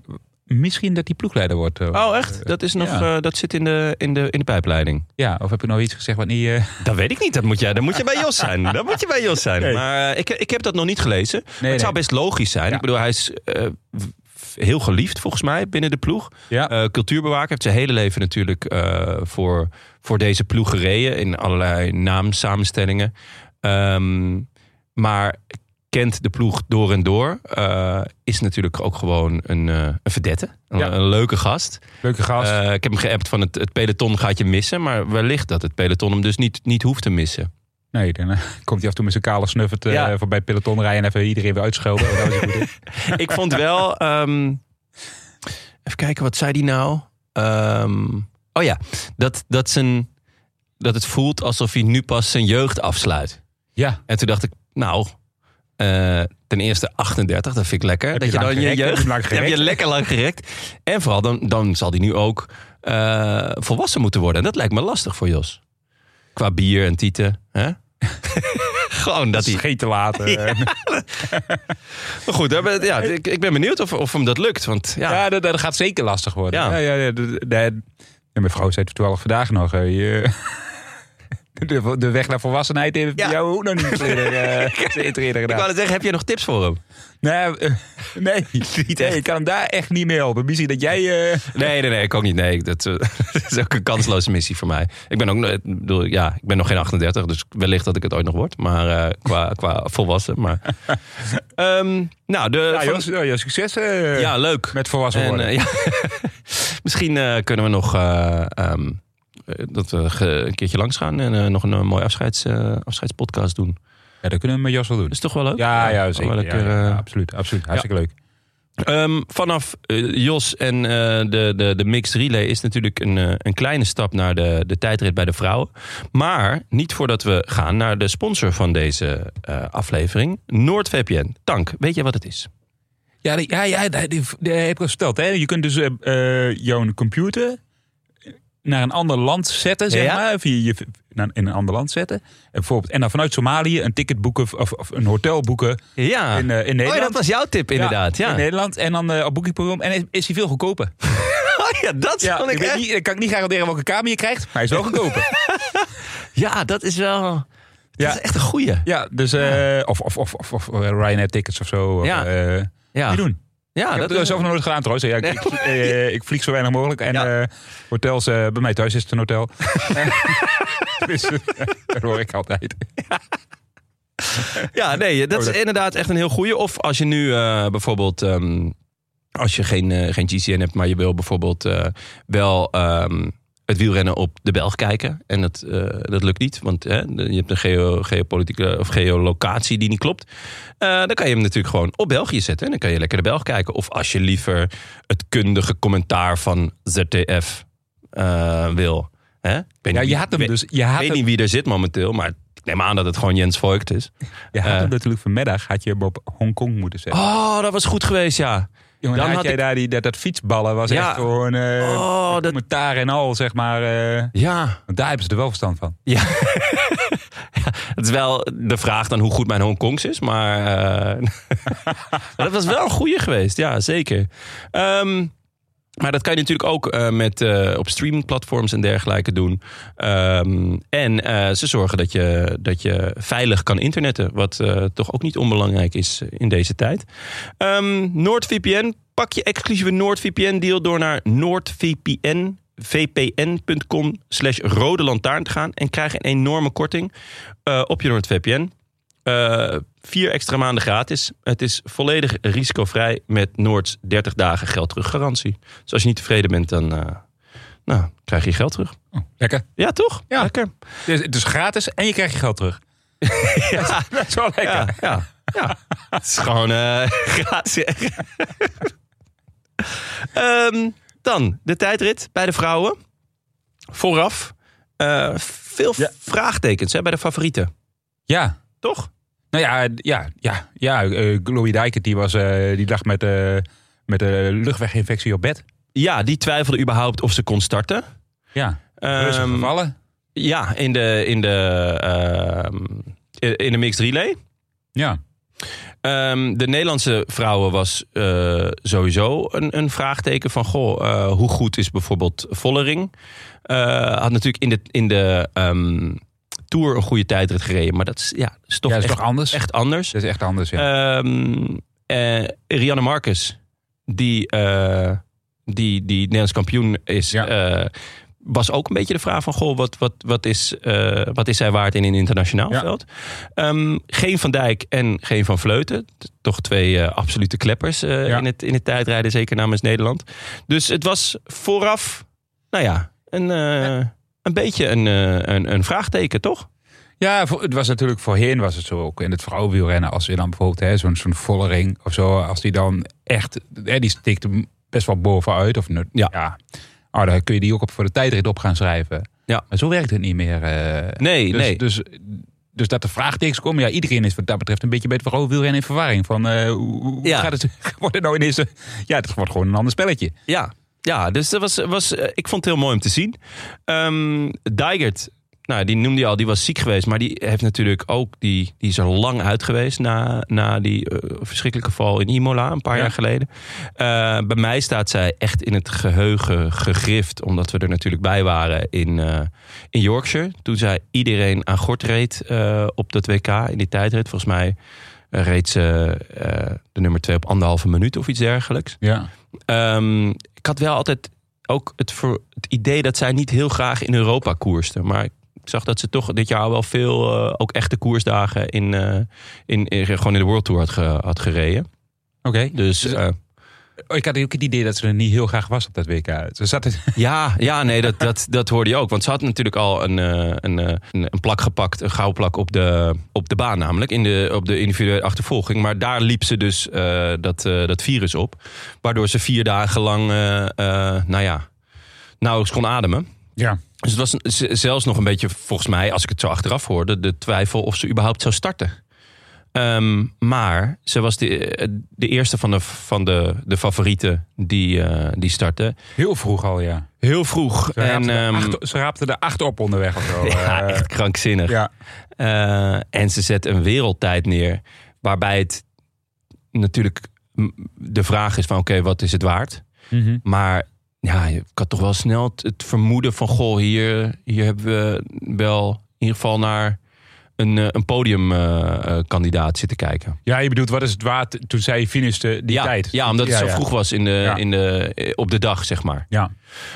misschien dat hij ploegleider wordt. Uh, oh, echt? Dat, is nog, ja. uh, dat zit in de, in, de, in de pijpleiding. Ja, of heb je nog iets gezegd wat niet... Uh... Dat weet ik niet. Dat moet jij, dan moet je bij Jos zijn. Dan moet je bij Jos zijn. Nee. Maar uh, ik, ik heb dat nog niet gelezen. Nee, het nee. zou best logisch zijn. Ja. Ik bedoel, hij is uh, heel geliefd volgens mij binnen de ploeg. Ja. Uh, cultuurbewaker. Heeft zijn hele leven natuurlijk uh, voor, voor deze ploeg gereden. In allerlei naamsamenstellingen. Um, maar... kent de ploeg door en door. Uh, is natuurlijk ook gewoon een, uh, een verdette. Een, ja. een leuke gast. Leuke gast. Uh, ik heb hem geappt van het, het peloton gaat je missen. Maar wellicht dat het peloton hem dus niet, niet hoeft te missen. Nee, dan uh, komt hij af en toe met zijn kale snuffert uh, ja. voorbij het peloton rijden en even iedereen weer uitschelden. Oh, dat was goed in. Ik vond wel... Um, even kijken, wat zei hij nou? Um, oh ja, dat, dat, zijn, dat het voelt alsof hij nu pas zijn jeugd afsluit. Ja. En toen dacht ik, nou... Uh, ten eerste achtendertig, dat vind ik lekker. Heb dat je, je dan gerekt, je jeugd heb, je heb je lekker lang gerekt. En vooral dan, dan zal hij nu ook uh, volwassen moeten worden. En dat lijkt me lastig voor Jos. Qua bier en tieten. Hè? Gewoon dat hij... Scheten laten. Ja. Maar goed, ja, ik, ik ben benieuwd of, of hem dat lukt. Want, ja, ja dat, dat gaat zeker lastig worden. Ja. Ja, ja, ja, de, de, de, ja, mijn vrouw zei toevallig vandaag nog... Uh, je, De, de weg naar volwassenheid heeft ja. jou ook nog niet eerder, uh, eerder gedaan. Ik wou zeggen, heb je nog tips voor hem? Nee, uh, nee, niet nee, ik kan hem daar echt niet mee helpen. Misschien dat jij... Uh... Nee, nee, nee, ik ook niet. Nee, dat, uh, dat is ook een kansloze missie voor mij. Ik ben ook, bedoel, ja, ik ben nog geen achtendertig, dus wellicht dat ik het ooit nog word. Maar uh, qua, qua volwassen. Maar, um, nou, de, ja, van, Jos, ja, succes. Uh, ja, leuk. Met volwassen en, worden. Uh, ja. Misschien uh, kunnen we nog... Uh, um, dat we een keertje langs gaan en uh, nog een, een mooi afscheids, uh, afscheidspodcast doen. Ja, dat kunnen we met Jos wel doen. Dat is toch wel leuk? Ja, ja, zeker. Lekker, ja, ja, uh, absoluut, absoluut. Hartstikke ja. leuk. Um, vanaf uh, Jos en uh, de, de, de mixed relay is natuurlijk een, uh, een kleine stap naar de, de tijdrit bij de vrouwen. Maar niet voordat we gaan naar de sponsor van deze uh, aflevering, NoordVPN. Tank, weet je wat het is? Ja, die, ja, ja die, die, die heb ik al verteld. Hè? Je kunt dus uh, uh, jouw computer... naar een ander land zetten, zeg ja. maar. Via je, naar, in een ander land zetten. En, bijvoorbeeld, en dan vanuit Somalië een ticket boeken of, of een hotel boeken ja. in, uh, in Nederland. Oh, dat was jouw tip inderdaad. Ja, ja. In Nederland. En dan uh, op boekingprogramma. En is, is hij veel goedkoper. Oh ja, dat ja, vond ik, ik echt... niet, kan ik niet garanderen welke kamer je krijgt. Maar hij is wel goedkoper. Ja, dat is wel... Dat ja. is echt een goeie. Ja, dus... Uh, of, of, of, of, of Ryanair tickets of zo. Of, ja. Uh, ja. Die doen. Ja, ik dat heb het zelf nog nooit gedaan trouwens. Ja, ik, ik, uh, ik vlieg zo weinig mogelijk. En ja. uh, hotels, uh, bij mij thuis is het een hotel. Dus uh, dat hoor ik altijd. Ja, ja nee, dat is inderdaad echt een heel goeie. Of als je nu uh, bijvoorbeeld... Um, als je geen, uh, geen G C N hebt, maar je wil bijvoorbeeld uh, wel... Um, het wielrennen op de Belg kijken. En dat, uh, dat lukt niet. Want hè, je hebt een geo, geopolitieke of geolocatie die niet klopt. Uh, dan kan je hem natuurlijk gewoon op België zetten. En dan kan je lekker de Belg kijken. Of als je liever het kundige commentaar van Z T F uh, wil. Hè? Ik weet ja, niet, je had hem weet, dus. Je had weet hem... niet wie er zit momenteel. Maar ik neem aan dat het gewoon Jens Voigt is. Je had uh, hem natuurlijk vanmiddag had je hem op Hongkong moeten zetten. Oh, dat was goed geweest, ja. Jongen, dan had, had jij ik... daar die, dat, dat fietsballen was ja. echt gewoon uh, oh, dat... commentaar en al, zeg maar. Uh, ja. Want daar hebben ze er wel verstand van. Ja. Ja, het is wel de vraag dan hoe goed mijn Hongkongs is, maar uh, dat was wel een goeie geweest, ja, zeker. Um, maar dat kan je natuurlijk ook uh, met, uh, op streamingplatforms en dergelijke doen. Um, en uh, ze zorgen dat je, dat je veilig kan internetten, wat uh, toch ook niet onbelangrijk is in deze tijd. Um, NoordVPN, pak je exclusieve NoordVPN-deal door naar NoordVPN. vpn.com slash rode lantaarn te gaan en krijg een enorme korting uh, op je NoordVPN. Uh, vier extra maanden gratis. Het is volledig risicovrij met Noords dertig dagen geld terug garantie. Dus als je niet tevreden bent, dan uh, nou, krijg je je geld terug. Oh, lekker. Ja, toch? Ja. Lekker. Dus het is gratis en je krijgt je geld terug. Ja, dat is wel lekker. Ja, ja, ja. Het is gewoon uh, gratis. um, Dan de tijdrit bij de vrouwen. Vooraf uh, veel ja. vraagtekens hè, bij de favorieten. Ja. Toch? Nou ja, ja, ja, ja. Uh, Chloe Dijkert die, was, uh, die lag met een uh, met uh, luchtweginfectie op bed. Ja, die twijfelde überhaupt of ze kon starten. Ja, um, gevallen. Ja, in de, in de, uh, in de mixed relay. Ja. Um, de Nederlandse vrouwen was uh, sowieso een, een vraagteken van... goh, uh, hoe goed is bijvoorbeeld Vollering? Uh, had natuurlijk in de, in de um, Tour een goede tijdrit gereden. Maar dat is, ja, is toch, ja, dat is echt, toch anders? echt anders. Dat is echt anders, ja. Um, uh, Rianne Marcus, die, uh, die, die Nederlands kampioen is... Ja. Uh, was ook een beetje de vraag van... goh, wat, wat, wat, is, uh, wat is zij waard in een internationaal ja. veld? Um, geen Van Dijk en geen Van Vleuten. Toch twee uh, absolute kleppers uh, ja. in, het, in het tijdrijden. Zeker namens Nederland. Dus het was vooraf... nou ja, een, uh, ja. een beetje een, uh, een, een vraagteken, toch? Ja, het was natuurlijk voorheen was het zo ook in het vrouwenwielrennen. Als je dan bijvoorbeeld hè, zo'n, zo'n Vollering of zo... als die dan echt... Hè, die steekt er best wel bovenuit. Of, ja... ja Oh, dan kun je die ook op voor de tijdrit op gaan schrijven. Ja. Maar zo werkt het niet meer. Uh, nee, dus, nee. Dus, dus dat er vraagtekens komen. Ja, iedereen is wat dat betreft een beetje bij het vrouwenwielrennen in verwarring. Van uh, hoe ja. gaat het worden nou ineens? Uh, ja, het wordt gewoon een ander spelletje. Ja, ja dus dat was, was, uh, ik vond het heel mooi om te zien. Um, Dijgert, nou, die noemde je al, die was ziek geweest. Maar die heeft natuurlijk ook, die, die is er lang uit geweest na, na die uh, verschrikkelijke val in Imola een paar ja. jaar geleden. Uh, bij mij staat zij echt in het geheugen gegrift. Omdat we er natuurlijk bij waren in, uh, in Yorkshire. Toen zij iedereen aan gort reed uh, op dat W K in die tijdrit. Volgens mij uh, reed ze uh, de nummer twee op anderhalve minuut of iets dergelijks. Ja. Um, ik had wel altijd ook het, voor, het idee dat zij niet heel graag in Europa koerste. Maar ik zag dat ze toch dit jaar wel veel uh, ook echte koersdagen in, uh, in, in gewoon in de World Tour had, ge, had gereden. Oké. Okay. Dus, dus uh, ik had ook het idee dat ze er niet heel graag was op dat W K. Ze zat het... Ja, ja, nee, dat, dat, dat hoorde je ook. Want ze had natuurlijk al een, een, een, een plak gepakt, een gouden plak op de, op de baan namelijk, in de, op de individuele achtervolging. Maar daar liep ze dus uh, dat, uh, dat virus op. Waardoor ze vier dagen lang, uh, uh, nou ja, nauwelijks kon ademen. Ja. Dus het was zelfs nog een beetje, volgens mij, als ik het zo achteraf hoorde, de twijfel of ze überhaupt zou starten. Um, maar ze was de, de eerste van de, van de, de favorieten die, uh, die startte. Heel vroeg al, ja. Heel vroeg. Ze raapte, en, um, acht, ze raapte er acht op onderweg of zo. Ja, echt krankzinnig. Ja. Uh, en ze zet een wereldtijd neer waarbij het natuurlijk de vraag is van oké, okay, wat is het waard? Mm-hmm. Maar ja, ik had toch wel snel het, het vermoeden van goh, hier, hier hebben we wel in ieder geval naar een, een podiumkandidaat uh, zitten kijken. Ja, je bedoelt, wat is het waard toen zij finishte die ja, tijd? Ja, omdat het ja, zo ja. vroeg was in de, ja. in de, op de dag, zeg maar. Ja.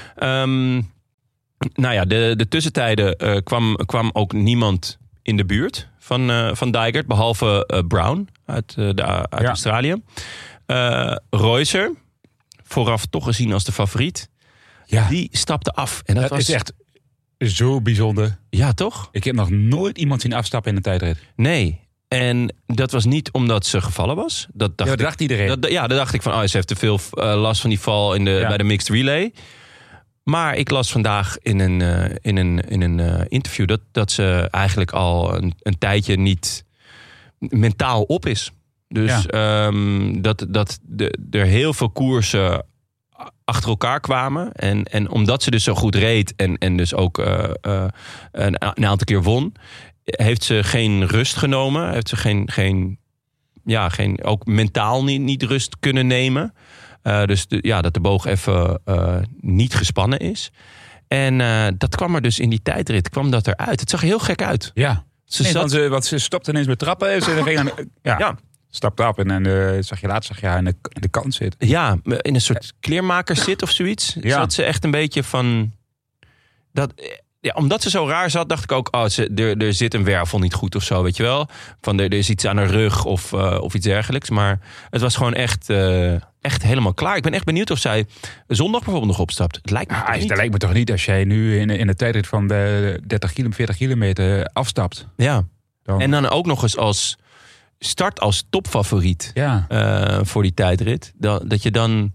Um, nou ja, de, de tussentijden uh, kwam, kwam ook niemand in de buurt van, uh, van Dijgert, behalve uh, Brown uit, uh, de, uit ja. Australië. Uh, Reusser, vooraf toch gezien als de favoriet, ja. die stapte af. En dat, dat was is echt zo bijzonder. Ja, toch? Ik heb nog nooit iemand zien afstappen in een tijdrit. Nee. En dat was niet omdat ze gevallen was. Dat dacht, ja, dat dacht ik, iedereen. Dat, ja, dat dacht ik van, oh, ze heeft te veel uh, last van die val in de, ja. bij de mixed relay. Maar ik las vandaag in een, uh, in een, in een uh, interview dat, dat ze eigenlijk al een, een tijdje niet mentaal op is. Dus ja. um, dat, dat de, er heel veel koersen achter elkaar kwamen. En, en omdat ze dus zo goed reed en, en dus ook uh, uh, een, een aantal keer won, heeft ze geen rust genomen. Heeft ze geen, geen, ja, geen ook mentaal niet, niet rust kunnen nemen. Uh, dus de, ja, dat de boog even uh, niet gespannen is. En uh, dat kwam er dus in die tijdrit, kwam dat eruit. Het zag er heel gek uit. Ja, ze nee, zat... want, ze, want ze stopte ineens met trappen. En ze ging aan, ja. ja. Stapte op en dan uh, zag je later zag je haar in de, in de kant zitten. Ja, in een soort kleermakerszit of zoiets. Ja. Zat ze echt een beetje van... Dat, ja, omdat ze zo raar zat, dacht ik ook... Oh, ze, er, er zit een wervel niet goed of zo, weet je wel. Van er, er is iets aan haar rug of, uh, of iets dergelijks. Maar het was gewoon echt, uh, echt helemaal klaar. Ik ben echt benieuwd of zij zondag bijvoorbeeld nog opstapt. Het lijkt me ah, niet. Dat lijkt me toch niet als jij nu in, in de tijdrit van de dertig, veertig kilometer afstapt. Ja, dan... en dan ook nog eens als... start als topfavoriet ja. uh, voor die tijdrit. Dat, dat je dan...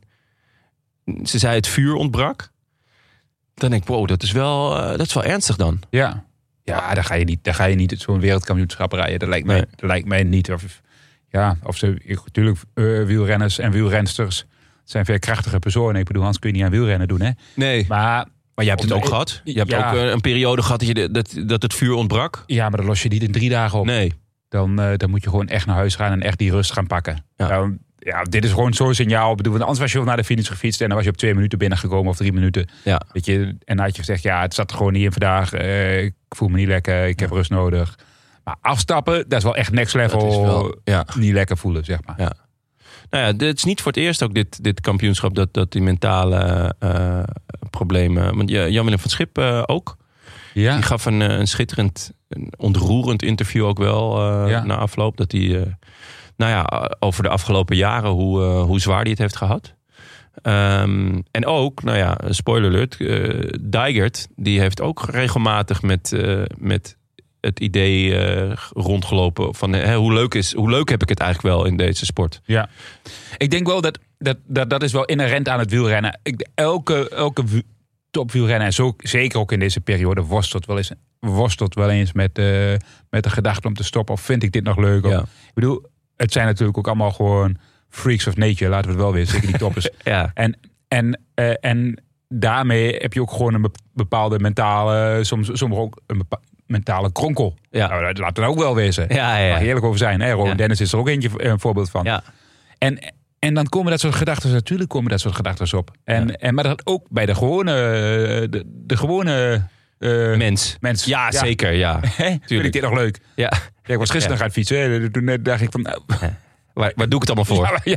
Ze zei het vuur ontbrak. Dan denk ik, wow, dat is wel, uh, dat is wel ernstig dan. Ja, ja dan ga je niet, dan ga je niet zo'n wereldkampioenschap rijden. Dat lijkt mij, nee. dat lijkt mij niet. Of, ja, of ze, natuurlijk, uh, wielrenners en wielrensters zijn veel krachtige personen. Ik bedoel, anders kun je niet aan wielrennen doen, hè? Nee. Maar... Maar je hebt het ook de, gehad. Je hebt ja. ook een periode gehad dat, je de, dat, dat het vuur ontbrak. Ja, maar dan los je niet in drie dagen op. Nee. dan, uh, dan moet je gewoon echt naar huis gaan en echt die rust gaan pakken. Ja. Nou, ja, dit is gewoon zo'n signaal. Ik bedoel, want anders was je wel naar de finish gefietst en dan was je op twee minuten binnengekomen of drie minuten. Ja. Weet je, en dan had je gezegd, ja, het zat er gewoon niet in vandaag. Uh, ik voel me niet lekker, ik heb ja. rust nodig. Maar afstappen, dat is wel echt next level. Wel, ja. Niet lekker voelen, zeg maar. Ja. Nou ja, dit is niet voor het eerst ook dit, dit kampioenschap dat, dat die mentale uh, problemen. Want Jan-Willem van Schip uh, ook. Ja. Die gaf een, een schitterend, een ontroerend interview ook wel uh, ja. na afloop. Dat hij, uh, nou ja, over de afgelopen jaren hoe, uh, hoe zwaar hij het heeft gehad. Um, en ook, nou ja, spoiler alert, uh, Dijgert, die heeft ook regelmatig met, uh, met het idee uh, rondgelopen van hè, hoe, leuk is, hoe leuk heb ik het eigenlijk wel in deze sport. Ja, ik denk wel dat dat, dat, dat is wel inherent aan het wielrennen. Ik, elke elke topwielrenner, en zo, zeker ook in deze periode, worstelt wel eens, worstelt wel eens met, uh, met de gedachte om te stoppen. Of vind ik dit nog leuk? Of, ja. Ik bedoel, het zijn natuurlijk ook allemaal gewoon freaks of nature, laten we het wel weer, zeker die toppers. ja. En, en, uh, en daarmee heb je ook gewoon een bepaalde mentale, soms, soms ook een bepaalde mentale kronkel. Ja. Nou, laten we dat ook wel wezen. Ja, ja. Waar eerlijk over zijn. Hè? Rowan ja. Dennis is er ook eentje een voorbeeld van. Ja. En, en dan komen dat soort gedachten, natuurlijk komen dat soort gedachten op. En, ja. en, maar dat ook bij de gewone, de, de gewone uh, mens. mens. Ja, ja, zeker. Ja. Vind ik dit nog leuk? Ja. Ja, ik was gisteren ja. gaan fietsen. Toen dacht ik van... Nou, ja. waar, waar doe ik het allemaal voor? Ja.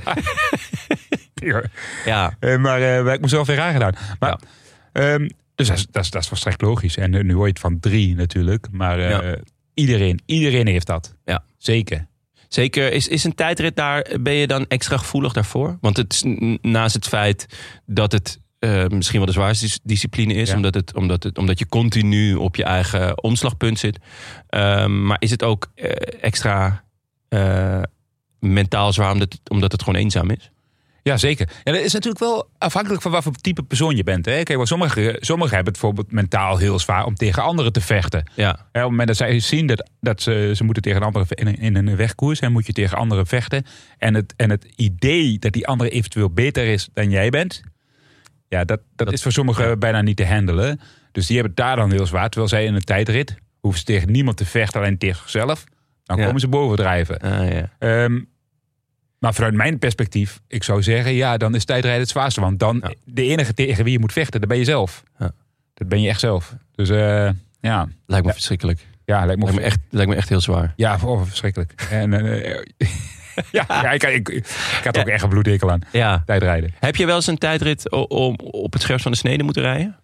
ja. ja. Uh, maar uh, ik heb mezelf weer aangedaan. Maar... Ja. Um, Dus dat is, dat, is, dat is volstrekt logisch. En uh, nu hoor je het van drie natuurlijk. Maar uh, ja. iedereen, iedereen heeft dat. Ja. Zeker. Zeker. Is, is een tijdrit daar, ben je dan extra gevoelig daarvoor? Want het is naast het feit dat het uh, misschien wel de zwaarste discipline is. Ja. Omdat, het, omdat, het, omdat je continu op je eigen omslagpunt zit. Um, maar is het ook uh, extra uh, mentaal zwaar omdat het, omdat het gewoon eenzaam is? Ja, zeker. Ja, dat is natuurlijk wel afhankelijk van wat voor type persoon je bent. Hè? Kijk, wel, sommigen, sommigen hebben het bijvoorbeeld mentaal heel zwaar om tegen anderen te vechten. Ja. Hè, op het moment dat zij zien dat, dat ze, ze moeten tegen een andere in, in een wegkoers, en moet je tegen anderen vechten. En het, en het idee dat die andere eventueel beter is dan jij bent, ja, dat, dat, dat is voor sommigen ja. bijna niet te handelen. Dus die hebben het daar dan heel zwaar. Terwijl zij in een tijdrit hoeven ze tegen niemand te vechten, alleen tegen zichzelf. Dan ja. komen ze bovendrijven. Ah, ja. Um, Maar vanuit mijn perspectief, ik zou zeggen, ja, dan is tijdrijden het zwaarste. Want dan, ja. de enige tegen wie je moet vechten, dat ben je zelf. Ja. Dat ben je echt zelf. Dus uh, ja. Lijkt me ja. verschrikkelijk. Ja, lijkt me, lijkt, me echt, lijkt me echt heel zwaar. Ja, oh, verschrikkelijk. En, uh, ja, ja, ik, ik, ik had ja. ook echt een bloedhekel aan ja. tijdrijden. Heb je wel eens een tijdrit om op het scherpst van de snede moeten rijden?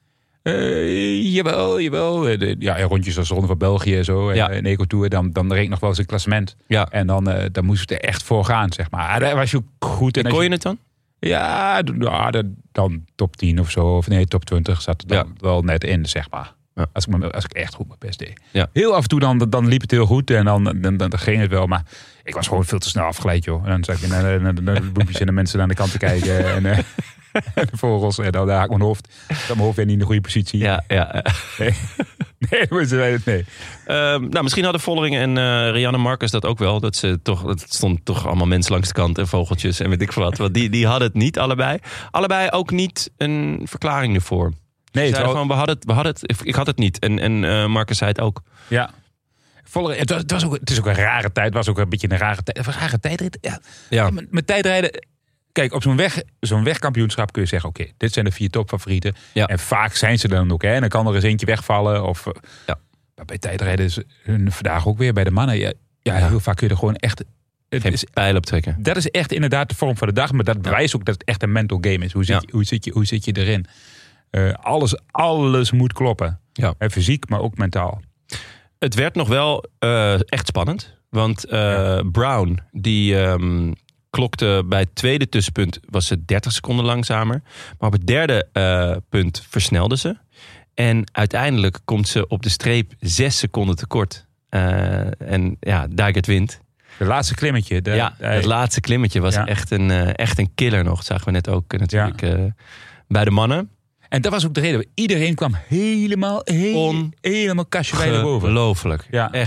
Uh, jawel, jawel. De, ja, rondjes als de Ronde van België en zo. Ja. En Eco Tour, dan, dan reed ik nog wel eens een klassement. Ja. En dan, uh, dan moest het er echt voor gaan, zeg maar. Daar was je ook goed. En en kon je, je het dan? Ja, ja, dan top tien of zo. Of nee, top twintig zat er dan ja. wel net in, zeg maar. Ja. Als, ik, als ik echt goed mijn best deed. Ja. Heel af en toe dan, dan liep het heel goed. En dan, dan, dan, dan ging het wel. Maar ik was gewoon veel te snel afgeleid, joh. En dan zag ik naar, naar, naar de bloempjes en de mensen aan de kant te kijken. En... Uh, en de vogels, en dan haak ik mijn hoofd. Dat mijn hoofd weer niet in de goede positie. Ja, ja. Nee, nee, dat zei het nee. Um, nou, misschien hadden Vollering en uh, Rianne Marcus dat ook wel. Dat ze toch, het stond toch allemaal mensen langs de kant en vogeltjes en weet ik veel wat. Want die, die hadden het niet allebei. Allebei ook niet een verklaring ervoor. Nee, het gewoon, we hadden het, we hadden het. Ik had het niet. En, en uh, Marcus zei het ook. Ja. Vollering, het, was, het, was ook, het is ook een rare tijd. Het was ook een beetje een rare tijd. Het was een rare tijdrit. Ja. Ja. Met, met tijdrijden. Kijk, op zo'n, weg, zo'n wegkampioenschap kun je zeggen... oké, okay, dit zijn de vier topfavorieten. Ja. En vaak zijn ze dan ook. Hè? En dan kan er eens eentje wegvallen. Of, ja. Maar bij tijdrijden is vandaag ook weer bij de mannen... Ja, ja, ja. heel vaak kun je er gewoon echt... Het Geen is, pijl op trekken. Dat is echt inderdaad de vorm van de dag. Maar dat bewijst ja. ook dat het echt een mental game is. Hoe zit, ja. je, hoe zit, je, hoe zit je erin? Uh, alles, alles moet kloppen. Ja. Hè, fysiek, maar ook mentaal. Het werd nog wel uh, echt spannend. Want uh, ja. Brown, die... Um, klokte bij het tweede tussenpunt was ze dertig seconden langzamer. Maar op het derde uh, punt versnelde ze. En uiteindelijk komt ze op de streep zes seconden tekort. Uh, en ja, Dijgert wint. De laatste klimmetje. De, ja, hij... het laatste klimmetje was ja. echt, een, uh, echt een killer nog. Dat zagen we net ook uh, natuurlijk ja. uh, bij de mannen. En dat was ook de reden. Iedereen kwam helemaal, heel, On... helemaal kastje bij naar boven. Ongelooflijk. Ja. Echt.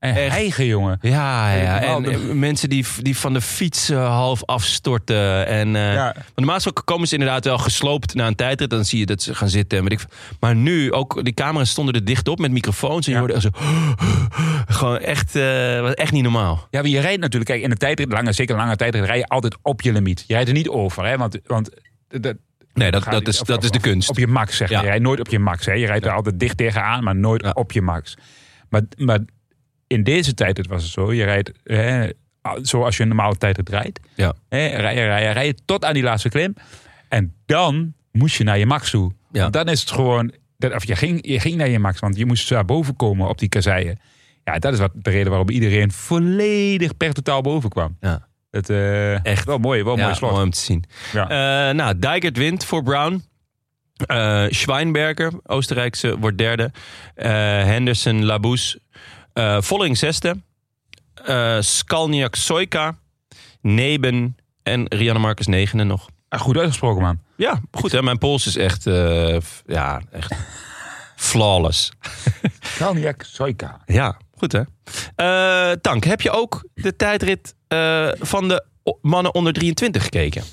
En hijgen, jongen. Ja, ja. En, en mensen die, die van de fiets uh, half afstorten. En, uh, ja. Want normaal gesproken komen ze inderdaad wel gesloopt na een tijdrit. Dan zie je dat ze gaan zitten. En weet ik, maar nu, ook die camera's stonden er dicht op met microfoons. En je ja. hoorde zo... Gewoon echt, uh, was echt niet normaal. Ja, maar je rijdt natuurlijk... Kijk, in de tijdrit, lange, zeker lange tijdrit, rij je altijd op je limiet. Je rijdt er niet over, hè. Want... want dat, nee, dat, dat, is, op, dat is de kunst. Op je max, zeg maar. Ja. Je rijdt nooit op je max, hè. Je rijdt ja. er altijd dicht tegenaan, maar nooit ja. op je max. Maar... maar in deze tijd was het zo. Je rijdt hè, zoals je een normale tijdrit rijdt. Ja. Hè, rijden, rijden, rijden tot aan die laatste klim. En dan moest je naar je max toe. Ja. Want dan is het gewoon... Dat, of je ging, je ging naar je max, want je moest daar boven komen op die kasseien. Ja, dat is wat de reden waarom iedereen volledig per totaal boven kwam. Ja. Het, uh, echt wel mooi, wel ja, mooi slot. Mooi om te zien. Ja. Uh, nou, Dijkert wint voor Brown. Uh, Schweinberger, Oostenrijkse, wordt derde. Uh, Henderson, Labous. Uh, Volling zesde. Uh, Skalniak Sojka. Neben. En Rianne Marcus negende nog. Ah, goed uitgesproken, man. Ja, goed hè. Mijn pols is echt... Uh, ja, echt... flawless. Skalniak Sojka. Ja, goed hè. Uh, Tank, heb je ook de tijdrit uh, van de mannen onder drieëntwintig gekeken?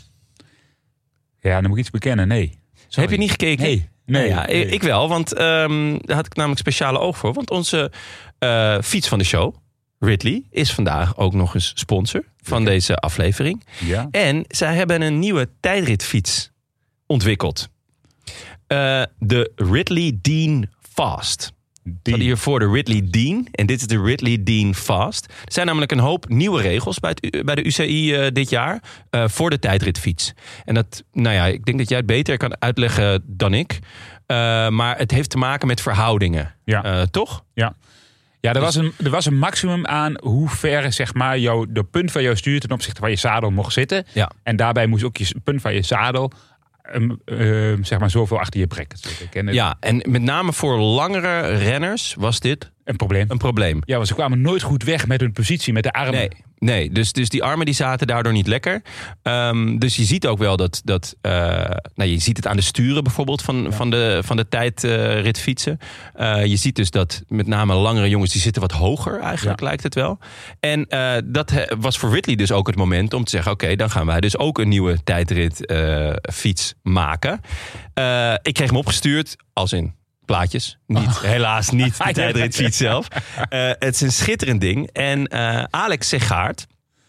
Ja, dan moet ik iets bekennen. Nee. Sorry. Heb je niet gekeken? Nee. Nee, ja, nee. Ik wel, want um, daar had ik namelijk speciale oog voor. Want onze uh, fiets van de show, Ridley, is vandaag ook nog eens sponsor van okay. deze aflevering. Ja. En zij hebben een nieuwe tijdritfiets ontwikkeld. Uh, de Ridley Dean Fast. We hadden hiervoor de Ridley Dean. En dit is de Ridley Dean Fast. Er zijn namelijk een hoop nieuwe regels bij, het, bij de U C I uh, dit jaar. Uh, voor de tijdritfiets. En dat, nou ja, ik denk dat jij het beter kan uitleggen dan ik. Uh, maar het heeft te maken met verhoudingen. Ja. Uh, toch? Ja. Ja, er, dus, was een, er was een maximum aan hoe ver zeg maar, jouw, de punt van jouw stuur ten opzichte van je zadel mocht zitten. Ja. En daarbij moest ook je punt van je zadel... Um, uh, zeg maar zoveel achter je brek. Ja, en met name voor langere renners was dit een probleem. Een probleem. Ja, want ze kwamen nooit goed weg met hun positie, met de armen. Nee, nee dus, dus die armen die zaten daardoor niet lekker. Um, dus je ziet ook wel dat... dat uh, nou, je ziet het aan de sturen bijvoorbeeld van, ja. van de, van de tijdritfietsen. Uh, je ziet dus dat met name langere jongens... die zitten wat hoger eigenlijk, ja. lijkt het wel. En uh, dat was voor Ridley dus ook het moment om te zeggen... oké, okay, dan gaan wij dus ook een nieuwe tijdritfiets uh, maken. Uh, ik kreeg hem opgestuurd als in... plaatjes. Niet, oh. Helaas niet de tijdritfiets zelf. Uh, het is een schitterend ding. En uh, Alex Segaert,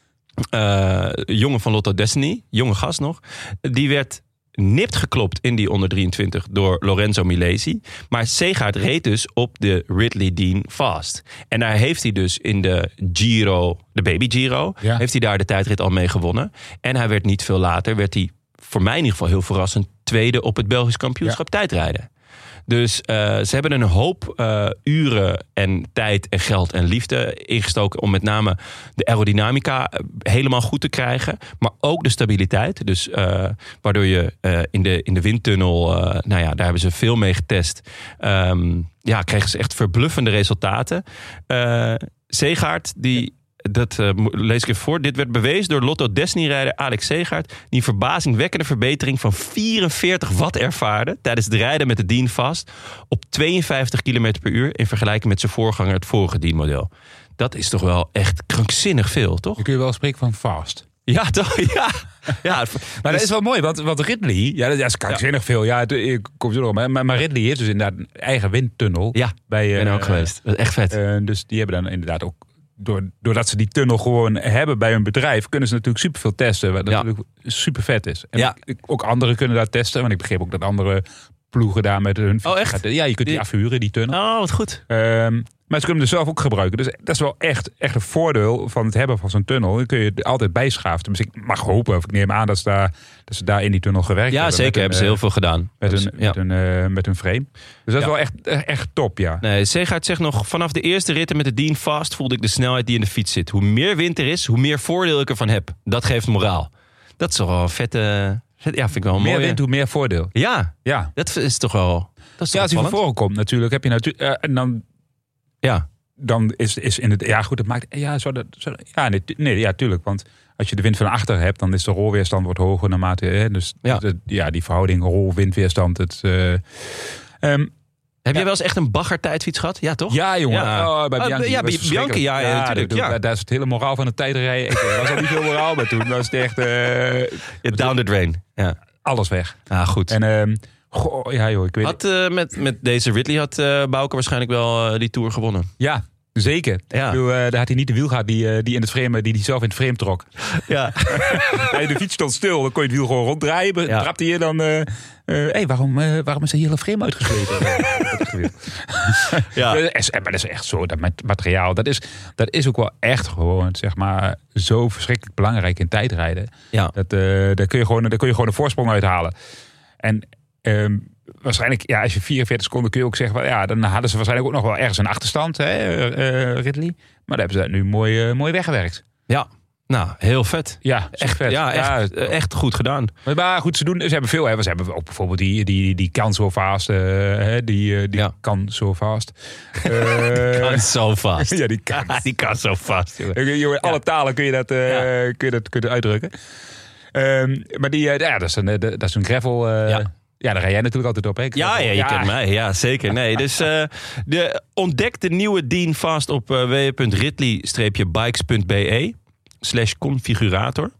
uh, jongen van Lotto Destiny, jonge gast nog, die werd nipt geklopt in die onder drieëntwintig door Lorenzo Milesi. Maar Segaert reed dus op de Ridley Dean Fast. En daar heeft hij dus in de Giro, de Baby Giro, ja. heeft hij daar de tijdrit al mee gewonnen. En hij werd niet veel later, werd hij voor mij in ieder geval heel verrassend tweede op het Belgisch kampioenschap ja. tijdrijden. Dus uh, ze hebben een hoop uh, uren en tijd en geld en liefde ingestoken... om met name de aerodynamica helemaal goed te krijgen. Maar ook de stabiliteit. Dus uh, waardoor je uh, in, de, in de windtunnel... Uh, nou ja, daar hebben ze veel mee getest. Um, ja, kregen ze echt verbluffende resultaten. Uh, Segaert, die... Dat uh, lees ik even voor. Dit werd bewezen door Lotto Destiny-rijder Alex Segaert... die een verbazingwekkende verbetering van vierenveertig watt ervaarde... tijdens het rijden met de Dean Fast... op tweeënvijftig kilometer per uur... in vergelijking met zijn voorganger, het vorige Dean-model. Dat is toch wel echt krankzinnig veel, toch? Dan kun je wel spreken van fast. Ja, toch? Ja. ja maar dus, dat is wel mooi, want, want Ridley... Ja, dat is krankzinnig ja. veel. Ja, ik kom zo nog. Maar, maar Ridley heeft dus inderdaad een eigen windtunnel. Ja, bij, ik ben er ook uh, geweest. Dat is echt vet. Uh, dus die hebben dan inderdaad ook... Doordat ze die tunnel gewoon hebben bij hun bedrijf... kunnen ze natuurlijk superveel testen. Wat ja. natuurlijk super vet is. En ja. ik, ook anderen kunnen daar testen. Want ik begreep ook dat andere ploegen daar met hun... Oh, echt? Ja, je kunt die afhuren, die tunnel. Oh, wat goed. Um, maar ze kunnen hem dus zelf ook gebruiken. Dus dat is wel echt, echt een voordeel van het hebben van zo'n tunnel. Dan kun je het altijd bijschaven. Dus ik mag hopen, of ik neem aan dat ze daar, dat ze daar in die tunnel gewerkt ja, hebben. Ja, zeker. Een, hebben ze heel veel gedaan. Met, dus, een, ja. met, een, uh, met een frame. Dus dat is ja. wel echt, echt top, ja. Nee, Segaert zegt nog, vanaf de eerste ritten met de Dean Fast... voelde ik de snelheid die in de fiets zit. Hoe meer wind er is, hoe meer voordeel ik ervan heb. Dat geeft moraal. Dat is toch wel een vette... Ja, vind ik wel mooi. Meer wind, hoe meer voordeel. Ja, ja. Dat is toch wel... Dat is ja, als hij van voren komt natuurlijk, heb je natuurlijk... Uh, en dan... Ja. Dan is, is in het... Ja, goed, het maakt... Ja, zo dat, zo, ja, nee, nee, ja, tuurlijk. Want als je de wind van achter hebt, dan is de rolweerstand wordt hoger naarmate... Hè, dus ja. De, ja, die verhouding rol-windweerstand. Het, uh, um, Heb jij wel eens echt een baggertijdfiets gehad? Ja, toch? Ja, jongen. Ja, oh, bij Bianchi. Uh, ja, bij Bianchi, ja, ja, natuurlijk. Ja. Daar is het hele moraal van de tijdrijden. Ik was al niet veel moraal, maar toen was het echt... Uh, ja, down the drain. Ja. Alles weg. Ah, goed. En uh, goh, ja joh, ik weet had, uh, met, met deze Ridley had uh, Bouke waarschijnlijk wel uh, die Tour gewonnen. Ja, zeker. Ja. Ik bedoel, uh, daar had hij niet de wiel gehad die, uh, die in het frame, die hij zelf in het frame trok. Ja. Hey, de fiets stond stil, dan kon je het wiel gewoon ronddraaien. Ja. Trapte je dan... Uh, Uh, hey, waarom, uh, waarom is er hier hele frame uitgesleten? Ja. Maar dat is echt zo, dat materiaal, dat is, dat is ook wel echt gewoon, zeg maar, zo verschrikkelijk belangrijk in tijdrijden. Ja. Dat, uh, daar, kun je gewoon, daar kun je gewoon een voorsprong uithalen. En um, waarschijnlijk, ja, als je vierenveertig seconden kun je ook zeggen, well, ja, dan hadden ze waarschijnlijk ook nog wel ergens een achterstand, hè, uh, Ridley. Maar daar hebben ze dat nu mooi, uh, mooi weggewerkt. Ja. Nou, heel vet. Ja, echt vet. Ja, echt, ja, echt goed gedaan. Maar goed, ze doen, ze hebben veel. Hè. Ze hebben ook bijvoorbeeld die, die, die kan zo vast. Uh, die die ja. kan zo vast. Uh, kan zo vast. Ja, die kan. die kan zo vast. In alle ja. talen kun je dat, uh, ja. kun je dat, kun je dat uitdrukken. Um, maar die, uh, ja, dat is een, dat is een gravel... Uh, ja. Ja, daar rij jij natuurlijk altijd op, hè? Ja, ja, je ja. kent mij. Ja, zeker. Nee, dus uh, de, ontdek de nieuwe Dean Fast op uh, w w w punt ridley bikes punt b e. slash configurator.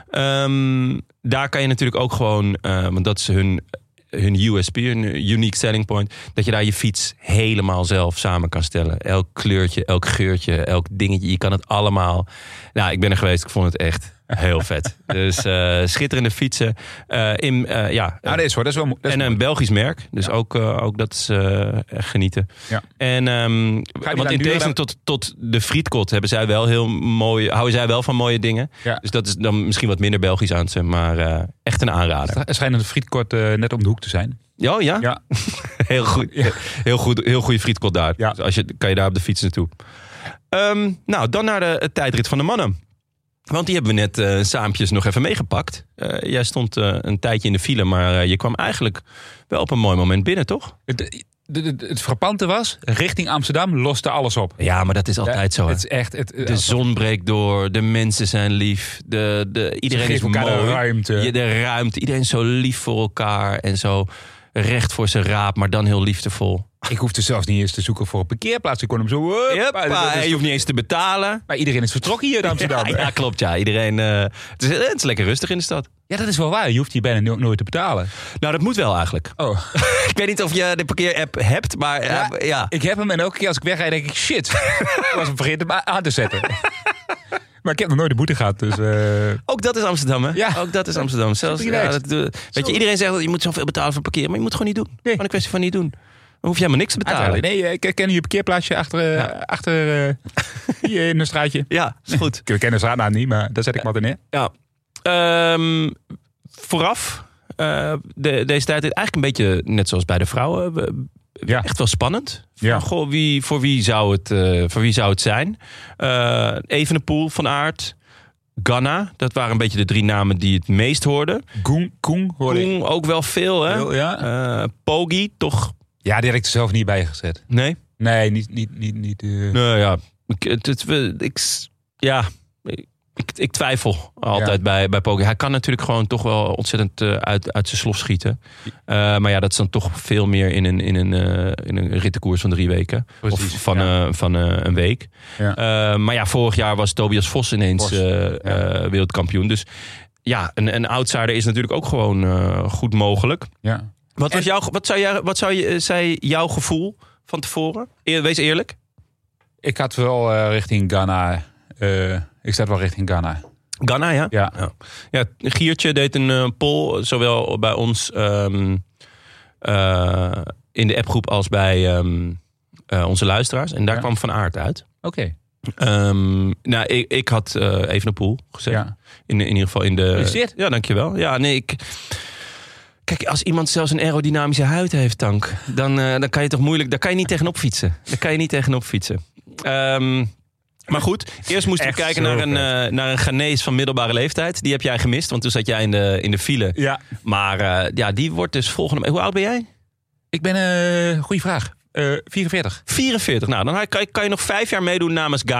Um, daar kan je natuurlijk ook gewoon, uh, want dat is hun, hun U S P, hun unique selling point, dat je daar je fiets helemaal zelf samen kan stellen. Elk kleurtje, elk geurtje, elk dingetje, je kan het allemaal. Nou, ik ben er geweest, ik vond het echt heel vet. Dus uh, schitterende fietsen. Uh, in, uh, ja, nou, dat is hoor, dat is wel, dat is en een Belgisch merk, dus ja. ook, uh, ook dat is uh, echt genieten. Ja. En um, want in tegenstelling tot, tot de frietkot hebben zij wel heel mooi, houden zij wel van mooie dingen. Ja. Dus dat is dan misschien wat minder Belgisch aan ze, maar uh, echt een aanrader. Er schijnt een frietkot uh, net om de hoek te zijn. Oh ja? Ja. heel goed. Ja. Heel goed, heel goede frietkot daar. Ja. Dus als je, kan je daar op de fiets naartoe. Um, nou, dan naar de tijdrit van de mannen. Want die hebben we net uh, saampjes nog even meegepakt. Uh, jij stond uh, een tijdje in de file, maar uh, je kwam eigenlijk wel op een mooi moment binnen, toch? Het, het, het, het frappante was, richting Amsterdam loste alles op. Ja, maar dat is altijd ja, zo. Hè? Het is echt, het, de zon breekt door, de mensen zijn lief, de, de, iedereen is mooi. De ruimte. Je, de ruimte. Iedereen is zo lief voor elkaar en zo recht voor zijn raap, maar dan heel liefdevol. Ik hoefde zelfs niet eens te zoeken voor een parkeerplaats. Ik kon hem zo... Yep, maar je hoeft niet eens te betalen. Maar iedereen is vertrokken hier in Amsterdam. Ja, ja klopt. Ja. Iedereen, uh, het, is, het is lekker rustig in de stad. Ja, dat is wel waar. Je hoeft hier bijna no- nooit te betalen. Nou, dat moet wel eigenlijk. Oh. Ik weet niet of je de parkeerapp hebt, maar ja, uh, ja. Ik heb hem en elke keer als ik wegrijd denk ik... Shit, ik was hem vergeten hem aan te zetten. Maar ik heb nog nooit de boete gehad. Dus, uh... Ook dat is Amsterdam, hè? Ja. Ook dat is Amsterdam. Zelfs, ja, dat, uh, weet je, iedereen zegt dat je moet zoveel betalen voor parkeren. Maar je moet het gewoon niet doen. Nee. Gewoon een kwestie van niet doen. Dan hoef je helemaal niks te betalen. Uiteraard. Nee, ik ken je parkeerplaatsje achter, ja. achter uh, hier in een straatje. Ja, is goed. Ik ken de straatnaam niet, maar daar zet ik me altijd neer. Ja. Um, vooraf, uh, de, deze tijd eigenlijk een beetje net zoals bij de vrouwen. We, ja. Echt wel spannend. Van, ja. Goh, wie, voor, wie zou het, uh, voor wie zou het zijn? Uh, Evenepoel, Van Aert, Ganna. Dat waren een beetje de drie namen die het meest hoorden. Koen, Koen hoorde Koen ook wel veel, hè? Veel, ja. Uh, Poggi, toch... Ja, die had ik er zelf niet bij gezet. Nee? Nee, niet... niet, niet, niet uh... Nee, ja. Ik, het, het, ik, ja, ik, ik twijfel altijd ja. bij, bij Poggi. Hij kan natuurlijk gewoon toch wel ontzettend uh, uit, uit zijn slof schieten. Uh, maar ja, dat is dan toch veel meer in een, in een, uh, in een rittenkoers van drie weken. Precies, of van, ja. uh, van uh, een week. Ja. Uh, maar ja, vorig jaar was Tobias Vos ineens Vos. Uh, ja. uh, wereldkampioen. Dus ja, een, een outsider is natuurlijk ook gewoon uh, goed mogelijk. Ja. Wat, was jouw, wat, zou jij, wat zou je, zei jouw gevoel van tevoren? Eer, wees eerlijk. Ik had wel uh, richting Ganna. Uh, ik zat wel richting Ganna. Ganna, ja? Ja. ja. ja Giertje deed een uh, poll, zowel bij ons um, uh, in de appgroep als bij um, uh, onze luisteraars. En daar ja. kwam Van Aert uit. Oké. Okay. Um, nou, ik, ik had uh, Evenepoel gezegd. Ja. In, in ieder geval in de... Is dit? Ja, dankjewel. Ja, nee, ik... Kijk, als iemand zelfs een aerodynamische huid heeft, Tank, dan, uh, dan kan je toch moeilijk... Daar kan je niet tegenop fietsen. Daar kan je niet tegenop fietsen. Um, maar goed, eerst moesten we kijken naar een, uh, naar een Ghanese van middelbare leeftijd. Die heb jij gemist, want toen zat jij in de, in de file. Ja. Maar uh, ja, die wordt dus volgende... Hoe oud ben jij? Ik ben... Uh, goeie vraag. Uh, vierenveertig. vierenveertig. Nou, dan kan je, kan je nog vijf jaar meedoen namens Ghana.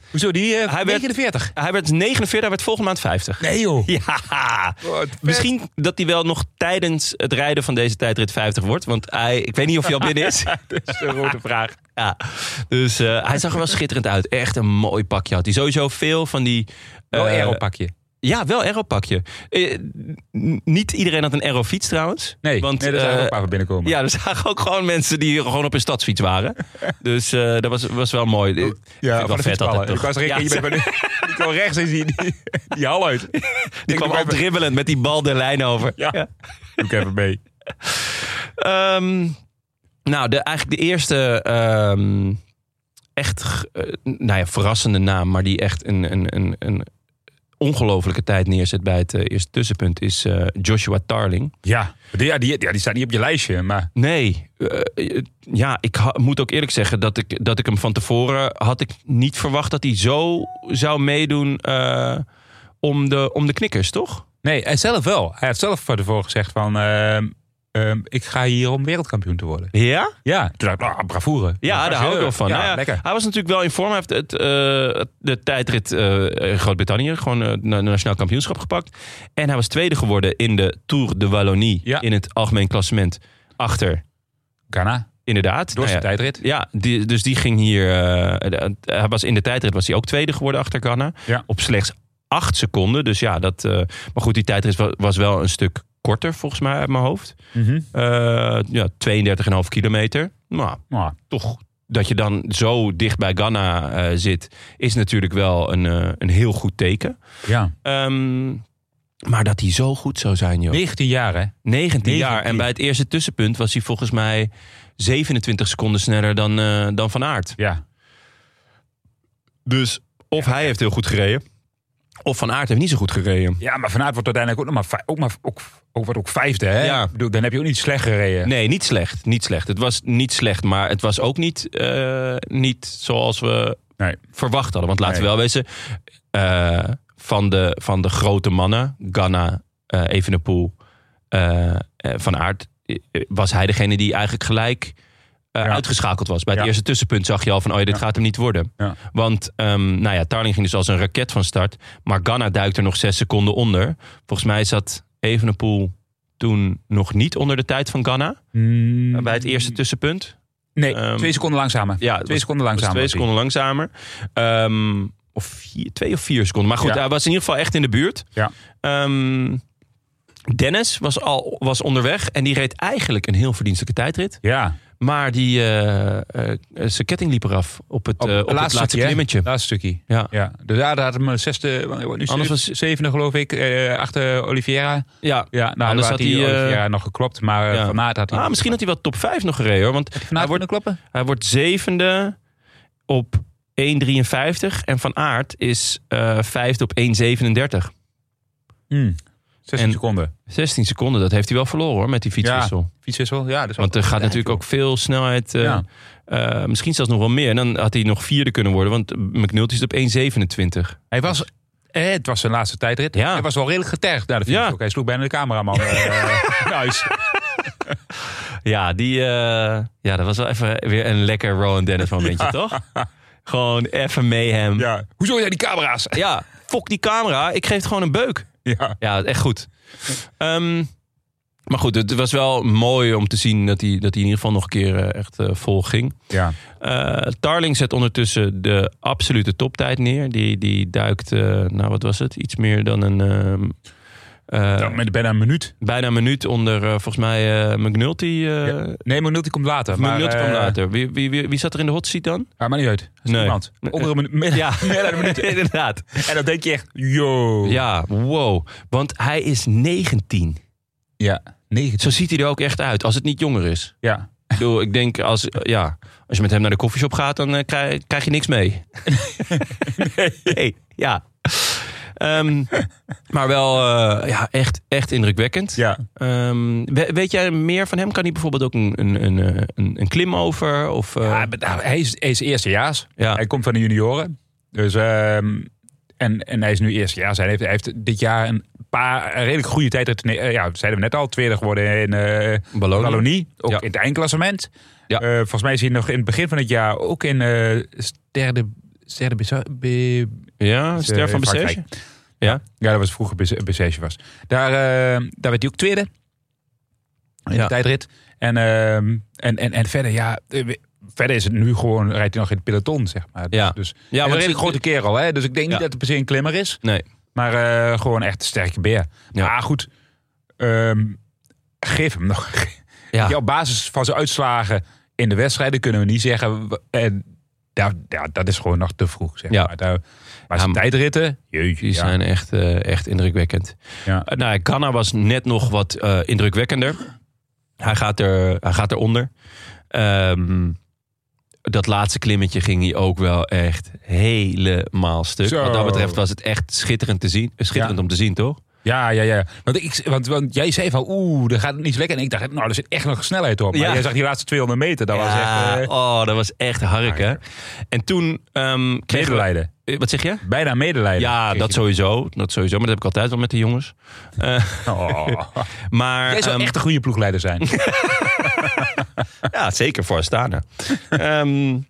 Hoezo, die uh, hij negenenveertig? Werd, hij werd negenenveertig, hij werd volgende maand vijftig. Nee joh. Ja. Misschien dat hij wel nog tijdens het rijden van deze tijdrit vijftig wordt. Want hij, ik weet niet of hij al binnen is. Dat is een grote vraag. Ja. Dus uh, hij zag er wel schitterend uit. Echt een mooi pakje had hij. Sowieso veel van die... Wel uh, aeropakje. Ja, wel aeropakje. Uh, niet iedereen had een aerofiets trouwens. Nee, want, nee, er zijn uh, ook een paar binnenkomen. Ja, er zagen ook gewoon mensen die gewoon op een stadsfiets waren. Dus uh, dat was, was wel mooi. Ik ja, vind wel vet altijd toch. Ik was er een keer, die kwam rechts en die, die, die hal uit. Die, die kwam al even... dribbelend met die bal de lijn over. Ja, ja. Doe ik even mee. Um, nou, de, eigenlijk de eerste um, echt uh, nou ja, verrassende naam, maar die echt een, een, een, een ongelofelijke tijd neerzet bij het uh, eerste tussenpunt is uh, Joshua Tarling. Ja, die, die, ja, die staat niet op je lijstje. Maar... Nee, uh, ja, ik ha- moet ook eerlijk zeggen dat ik, dat ik hem van tevoren had ik niet verwacht dat hij zo zou meedoen uh, om, de, om de knikkers, toch? Nee, hij zelf wel. Hij had zelf van tevoren gezegd van... Uh, uh, ik ga hier om wereldkampioen te worden. Ja? Ja, toen dacht ik, ah, bravoure. Ja, daar hou ik wel van. Ja, nou ja, lekker. Hij was natuurlijk wel in vorm. Hij heeft het, uh, de tijdrit uh, in Groot-Brittannië, gewoon uh, na, nationaal kampioenschap gepakt. En hij was tweede geworden in de Tour de Wallonie. Ja. In het algemeen klassement achter Ghana. Inderdaad. Door zijn nou ja, tijdrit. Ja, die, dus die ging hier... Uh, hij was in de tijdrit was hij ook tweede geworden achter Ghana. Ja. Op slechts acht seconden. Dus ja, dat... Uh, maar goed, die tijdrit was, was wel een stuk korter volgens mij uit mijn hoofd. Mm-hmm. Uh, ja, tweeëndertig komma vijf kilometer. Nou, ah. toch... Dat je dan zo dicht bij Ghana uh, zit, is natuurlijk wel een, uh, een heel goed teken. Ja. Um, maar dat hij zo goed zou zijn, joh. negentien jaar, hè? negentien, negentien jaar. En bij het eerste tussenpunt was hij volgens mij zevenentwintig seconden sneller dan, uh, dan Van Aert. Ja. Dus of ja, hij heeft heel goed gereden, of Van Aert heeft niet zo goed gereden. Ja, maar Van Aert wordt uiteindelijk ook nog maar, ook maar ook, ook, wordt ook vijfde, hè? Ja. Ik bedoel, dan heb je ook niet slecht gereden. Nee, niet slecht. Niet slecht. Het was niet slecht, maar het was ook niet, uh, niet zoals we nee. verwacht hadden. Want laten nee. we wel wezen, uh, van, de, van de grote mannen, Ganna, uh, Evenepoel, uh, Van Aert, was hij degene die eigenlijk gelijk uh, ja. uitgeschakeld was. Bij het ja. eerste tussenpunt zag je al van, oh ja, dit ja. gaat hem niet worden. Ja. Want, um, nou ja, Tarling ging dus als een raket van start. Maar Ganna duikt er nog zes seconden onder. Volgens mij zat Evenepoel toen nog niet onder de tijd van Ganna. Mm. Bij het eerste tussenpunt. Nee, um, twee seconden langzamer. Ja, twee was, seconden langzamer. Twee seconden langzamer. Um, of vier, twee of vier seconden. Maar goed, ja. hij was in ieder geval echt in de buurt. Ja. Um, Dennis was al was onderweg en die reed eigenlijk een heel verdienstelijke tijdrit. Ja. Maar die, uh, uh, zijn ketting liep eraf op het, uh, op het laatste stukje, klimmetje. Laatste stukje. Ja. ja. Dus daar had hem zesde, nu anders was zevende geloof ik, uh, achter Oliveira. Ja. ja nou, anders had hij uh, Oliveira nog geklopt, maar ja. Van Aert had hij... Ah, misschien had hij wel top vijf nog gereden hoor. Want hij, hij, wordt, kloppen? hij wordt zevende op één drieënvijftig en Van Aert is uh, vijfde op één zevenendertig. Hmm. zestien seconden. zestien seconden, dat heeft hij wel verloren hoor, met die fietswissel. Ja, fietswissel, ja. Dus want er gaat natuurlijk ook veel snelheid, uh, ja. uh, misschien zelfs nog wel meer. En dan had hij nog vierde kunnen worden, want McNulty is op één zevenentwintig. Hij was, eh, het was zijn laatste tijdrit. Ja. Hij was wel redelijk getergd naar de fiets. Ja. Hij sloeg bijna de cameraman uh, nice. Ja, die, uh, ja, dat was wel even weer een lekker Rowan Dennis momentje, ja. toch? Gewoon even mayhem. Ja. Hoezo zijn die camera's? Ja, fok die camera, ik geef het gewoon een beuk. Ja, ja echt goed. Um, maar goed, het was wel mooi om te zien dat hij, dat hij in ieder geval nog een keer uh, echt uh, vol ging. Ja. Uh, Tarling zet ondertussen de absolute toptijd neer. Die, die duikt, uh, nou wat was het, iets meer dan een... Uh, Uh, ja, met bijna een minuut. Bijna een minuut onder uh, volgens mij uh, McNulty. Uh, ja. Nee, McNulty komt later. Maar, McNulty uh, komt later. Wie, wie, wie, wie zat er in de hot seat dan? Ja, maar niet uit. Nee. Iemand. Onder een minuut. Ja, meer dan een minuut. Inderdaad. En dan denk je echt, yo. Ja, wow. Want hij is negentien. Ja, negentien. Zo ziet hij er ook echt uit, als het niet jonger is. Ja. Ik bedoel, ik denk, als, ja, als je met hem naar de koffieshop gaat, dan uh, krijg, krijg je niks mee. nee. nee. Ja. Um, maar wel uh, ja, echt, echt indrukwekkend. Ja. Um, we, weet jij meer van hem? Kan hij bijvoorbeeld ook een, een, een, een, een klim over? Of, uh... ja, nou, hij, is, hij is eerstejaars. Ja. Hij komt van de junioren. Dus, um, en, en hij is nu eerstejaars. Hij heeft, hij heeft dit jaar een paar redelijk goede tijdritten. Uh, ja, zeiden we net al. Tweede geworden in uh, Wallonie. Ook ja. in het eindklassement. Ja. Uh, volgens mij is hij nog in het begin van het jaar ook in uh, derde... Ster de Bessage. Be, ja, Ster van Bessage. Ja? Ja, dat was vroeger Bessage was. Daar, uh, daar werd hij ook tweede. In ja. de tijdrit. En, uh, en, en, en verder, ja... Verder is het nu gewoon, rijdt hij nog in het peloton, zeg maar. Ja. Dus, ja, maar een redelijk grote kerel, hè. Dus ik denk niet ja. dat het per se een klimmer is. Nee. Maar uh, gewoon echt een sterke beer. Ja. Maar goed, um, geef hem nog. Ja. Ja, op basis van zijn uitslagen in de wedstrijden kunnen we niet zeggen... En, ja, ja, dat is gewoon nog te vroeg, zeg ja. maar. Daar, maar zijn ja, tijdritten, jeetje. Die ja. zijn echt, uh, echt indrukwekkend. Ja. Uh, nou, Ganna was net nog wat uh, indrukwekkender. Hij gaat, er, hij gaat eronder. Um, dat laatste klimmetje ging hij ook wel echt helemaal stuk. Zo. Wat dat betreft was het echt schitterend, te zien, schitterend ja. om te zien, toch? Ja, ja, ja. Want, ik, want, want jij zei van, oeh, dat gaat niet zo lekker. En ik dacht, nou, er zit echt nog snelheid op. Maar ja. jij zag die laatste tweehonderd meter. Dat ja. was echt... Uh... Oh, dat was echt hark, En toen... Um, medelijden. We... Wat zeg je? Bijna medelijden. Ja, dat sowieso. dat sowieso. Maar dat heb ik altijd wel met de jongens. Uh, oh. maar, jij zou um... echt een goede ploegleider zijn. Ja, zeker voor Astana. um,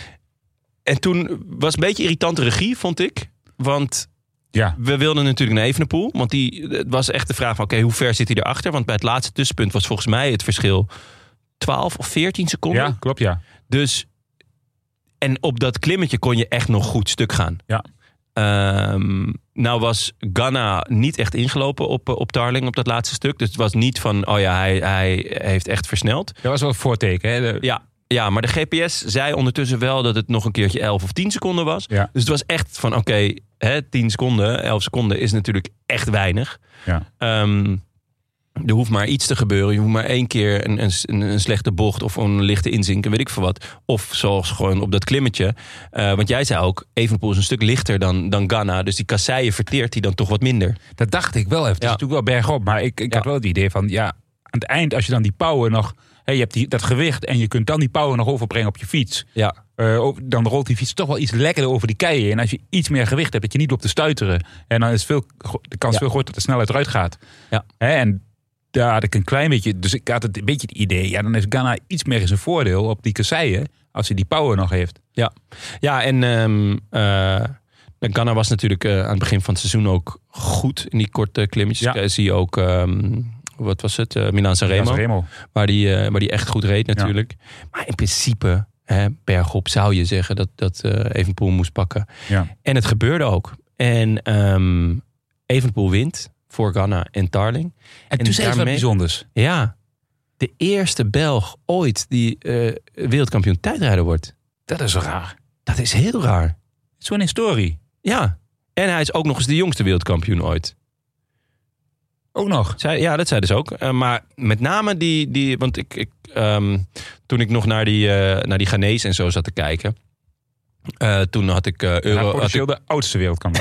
en toen was een beetje irritante regie, vond ik. Want... Ja. We wilden natuurlijk naar Evenepoel. Want die, het was echt de vraag van... oké, okay, hoe ver zit hij erachter? Want bij het laatste tussenpunt was volgens mij het verschil... twaalf of veertien seconden. Ja, klopt, ja. Dus... En op dat klimmetje kon je echt nog goed stuk gaan. Ja. Um, nou was Ganna niet echt ingelopen op, op Darling op dat laatste stuk. Dus het was niet van... oh ja, hij, hij heeft echt versneld. Dat was wel een voorteken, hè? De... Ja. Ja, maar de G P S zei ondertussen wel dat het nog een keertje elf of tien seconden was. Ja. Dus het was echt van oké, okay, tien seconden, elf seconden is natuurlijk echt weinig. Ja. Um, er hoeft maar iets te gebeuren. Je hoeft maar één keer een, een, een slechte bocht of een lichte inzinken, weet ik veel wat. Of zoals gewoon op dat klimmetje. Uh, want jij zei ook, Evenepoel is een stuk lichter dan, dan Ganna. Dus die kasseien verteert hij dan toch wat minder. Dat dacht ik wel even. Het ja. is natuurlijk wel bergop. Maar ik, ik ja. had wel het idee van, ja, aan het eind als je dan die power nog... Hey, je hebt die, dat gewicht en je kunt dan die power nog overbrengen op je fiets. Ja. Uh, dan rolt die fiets toch wel iets lekkerder over die keien. En als je iets meer gewicht hebt, dat je niet op te stuiteren. En dan is veel, de kans ja. veel groter dat de snelheid eruit gaat. Ja. Hè, en daar had ik een klein beetje... Dus ik had het een beetje het idee... Ja, dan heeft Ganna iets meer in zijn voordeel op die kasseien... als hij die power nog heeft. Ja, ja en um, uh, Ganna was natuurlijk uh, aan het begin van het seizoen ook goed... in die korte klimmetjes. Ja. Zie je ook... Um, Wat was het? Uh, Milaan-San Remo. Remo. Waar die, uh, waar die echt goed reed natuurlijk. Ja. Maar in principe, hè, bergop zou je zeggen dat, dat uh, Evenepoel moest pakken. Ja. En het gebeurde ook. En um, Evenepoel wint voor Ganna en Darling. En, en toen zei het wat bijzonders. Ja, de eerste Belg ooit die uh, wereldkampioen tijdrijder wordt. Dat is raar. Dat is heel raar. Zo'n historie. Ja, en hij is ook nog eens de jongste wereldkampioen ooit. Ook nog? Zij, ja, dat zei dus ook. Uh, maar met name die... die want ik, ik, um, toen ik nog naar die, uh, naar die Ghanese en zo zat te kijken... Uh, toen had ik... Uh, Euro, had ik... de oudste wereldkampioen.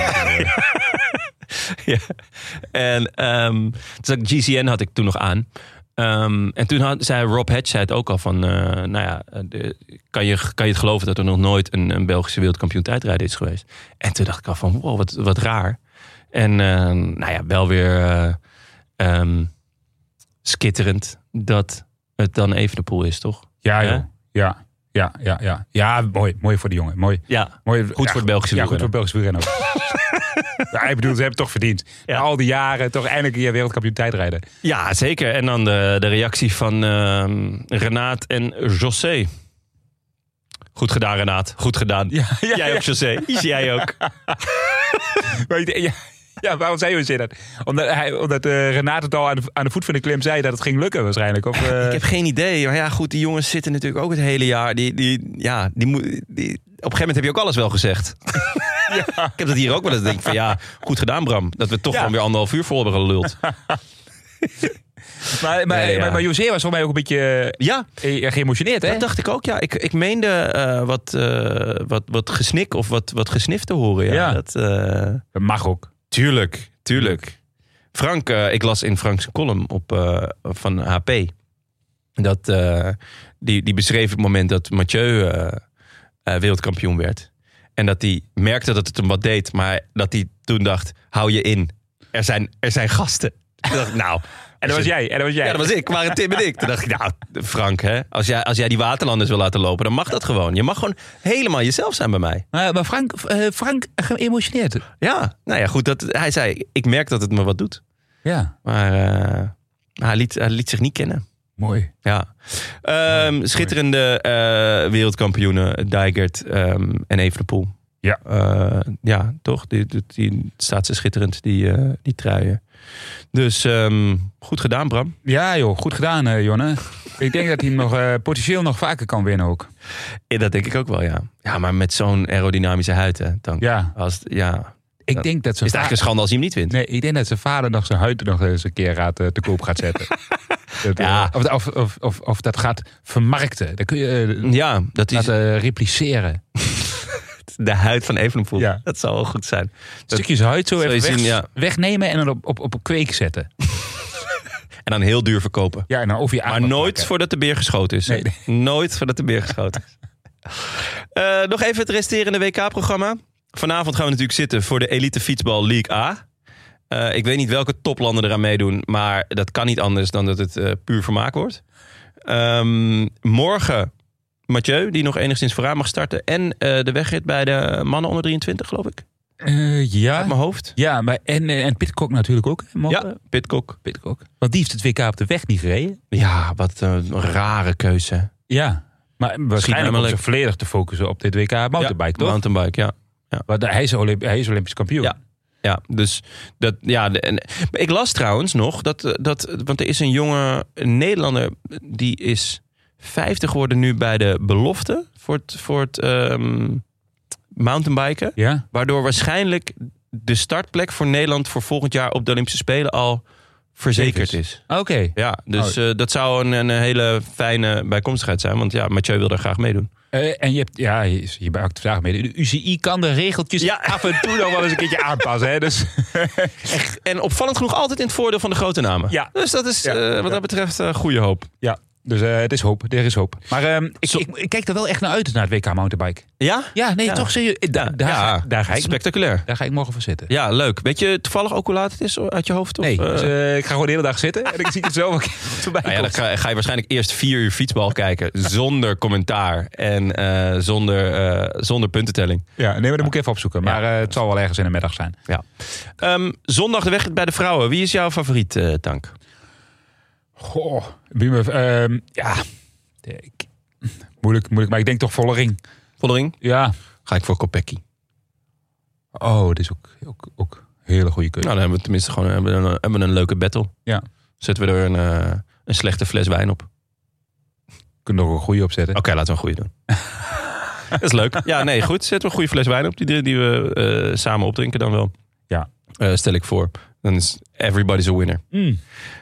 Ja. En um, toen G C N had ik toen nog aan. Um, en toen had, zei Rob Hedge zei het ook al van... Uh, nou ja, de, kan, je, kan je het geloven dat er nog nooit een, een Belgische wereldkampioen tijdrijden is geweest? En toen dacht ik al van, wow, wat, wat raar. En uh, nou ja, wel weer... Uh, Um, skitterend dat het dan Evenepoel is, toch? Ja, joh. Ja, ja, ja, ja. Ja, mooi. Mooi voor de jongen. Mooi. Ja, mooi. Goed ja, voor het Belgische Ja, goed voor het Belgische wielrennen ook. Ja, ik bedoel, ze hebben het toch verdiend. Ja. Al die jaren toch eindelijk een wereldkampioen tijdrijden. Ja, zeker. En dan de, de reactie van uh, Renaat en José. Goed gedaan, Renaat. Goed gedaan. Ja, ja, jij ook, José. Jij ook. Ja. Ja, waarom zei je dat? Omdat, hij, omdat uh, Renaat het al aan de, aan de voet van de klim zei dat het ging lukken waarschijnlijk. Of, uh... Ik heb geen idee. Maar ja, goed, die jongens zitten natuurlijk ook het hele jaar. Die, die, ja, die, die, die, op een gegeven moment heb je ook alles wel gezegd. Ja. Ik heb dat hier ook wel eens denk van ja, goed gedaan Bram. Dat we toch ja. gewoon weer anderhalf uur vol hebben geluld. Maar, maar, nee, ja. maar, maar José was voor mij ook een beetje ja. uh, geëmotioneerd, hè? Dat dacht ik ook, ja. Ik, ik meende uh, wat, uh, wat, wat gesnik of wat, wat gesnift te horen. Ja. Ja. Dat, uh... dat mag ook. Tuurlijk, tuurlijk. Frank, uh, ik las in Frank's column op, uh, van H P... dat uh, die, die beschreef het moment dat Mathieu uh, uh, wereldkampioen werd. En dat hij merkte dat het hem wat deed... maar dat hij toen dacht, hou je in. Er zijn, er zijn gasten. Ik dacht, nou, En dat was jij. En dat was jij. Ja, dat was ik. Waren Tim en ik. Toen dacht ik, nou, Frank, hè, als, jij, als jij die Waterlanders wil laten lopen, dan mag dat gewoon. Je mag gewoon helemaal jezelf zijn bij mij. Maar, maar Frank, uh, Frank geëmotioneerd. Ja, nou ja, goed. Dat, hij zei, ik merk dat het me wat doet. Ja. Maar uh, hij, liet, hij liet zich niet kennen. Mooi. Ja. Um, mooi, schitterende uh, wereldkampioenen, Dijkert um, en Evenepoel. Ja. Uh, ja, toch? Die, die, die staat ze schitterend, die, uh, die truien. Dus um, goed gedaan, Bram. Ja joh, goed gedaan uh, Jonne. Ik denk dat hij nog uh, potentieel nog vaker kan winnen ook. Ja, dat denk ik ook wel, ja. Ja, maar met zo'n aerodynamische huid, hè. Dan, ja. Als, ja. Ik dat denk dat is het eigenlijk een schande als hij hem niet wint. Nee, ik denk dat zijn vader nog zijn huid nog eens een keer gaat, uh, te koop gaat zetten. dat, ja. uh, of, of, of, of dat gaat vermarkten. Dan kun je uh, ja, dat is... uh, repliceren. De huid van Evenepoel. Ja. Dat zou wel goed zijn. Stukjes huid zo even weg, zien, ja. wegnemen en dan op, op, op een kweek zetten. En dan heel duur verkopen. Ja, en dan over je maar nooit plakken. Voordat de beer geschoten is. Nee, nee. Nooit voordat de beer geschoten is. uh, nog even het resterende W K-programma. Vanavond gaan we natuurlijk zitten voor de Elite Fietsbal League A. Uh, ik weet niet welke toplanden eraan meedoen. Maar dat kan niet anders dan dat het uh, puur vermaak wordt. Um, morgen Mathieu, die nog enigszins vooraan mag starten. En uh, de wegrit bij de mannen onder drieëntwintig, geloof ik. Uh, ja. Uit mijn hoofd. Ja, maar en, en Pidcock natuurlijk ook. Morgen. Ja, Pidcock. Pidcock. Want die heeft het W K op de weg niet gereden. Ja, wat een rare keuze. Ja, maar waarschijnlijk om zich volledig te focussen op dit W K mountainbike, ja, toch? Mountainbike, ja. ja. Want hij is, Olymp- hij is Olympisch kampioen. Ja. Ja, dus dat, ja, en, ik las trouwens nog dat, dat, want er is een jonge Nederlander die is vijftig geworden nu bij de belofte voor het, voor het um, mountainbiken. Ja? Waardoor waarschijnlijk de startplek voor Nederland voor volgend jaar op de Olympische Spelen al verzekerd is. Oké. Okay. Ja, dus oh. uh, dat zou een, een hele fijne bijkomstigheid zijn. Want ja, Mathieu wil daar graag meedoen. Uh, en je hebt, ja, je buigt vandaag mee. De U C I kan de regeltjes ja. af en toe nog wel eens een keertje aanpassen. Hè? Dus. Echt, en opvallend genoeg altijd in het voordeel van de grote namen. Ja. Dus dat is ja. uh, wat dat betreft uh, goede hoop. Ja. Dus uh, het is hoop, er is hoop. Maar uh, ik, ik, ik kijk er wel echt naar uit, naar het W K mountainbike. Ja? Ja, nee, ja. toch serieus. Da, ja. daar, ja. Ga, daar ga ik spectaculair. Daar ga ik morgen voor zitten. Ja, leuk. Weet je toevallig ook hoe laat het is uit je hoofd? Of, nee, uh... dus, uh, ik ga gewoon de hele dag zitten en ik zie het zo voorbij. Nou ja, dan ga, ga je waarschijnlijk eerst vier uur fietsbal kijken, zonder commentaar en uh, zonder, uh, zonder puntentelling. Ja, nee, maar dat moet ik even opzoeken. Maar ja. uh, het zal wel ergens in de middag zijn. Ja. Um, zondag de weg bij de vrouwen. Wie is jouw favoriet, uh, Tank? Goh, wie me, uh, ja... Ik, moeilijk, moeilijk, maar ik denk toch Vollering. Vollering? Ja. Ga ik voor Kopecky. Oh, dat is ook, ook, ook een hele goede keuze. Nou, dan hebben we tenminste gewoon hebben we een, hebben we een leuke battle. Ja. Zetten we er een, uh, een slechte fles wijn op. Kunnen we er ook een goede op zetten. Oké, okay, laten we een goede doen. Dat is leuk. Ja, nee, goed. Zetten we een goede fles wijn op. Die, die we uh, samen opdrinken dan wel. Ja. Uh, stel ik voor. Dan is everybody's a winner. Mm.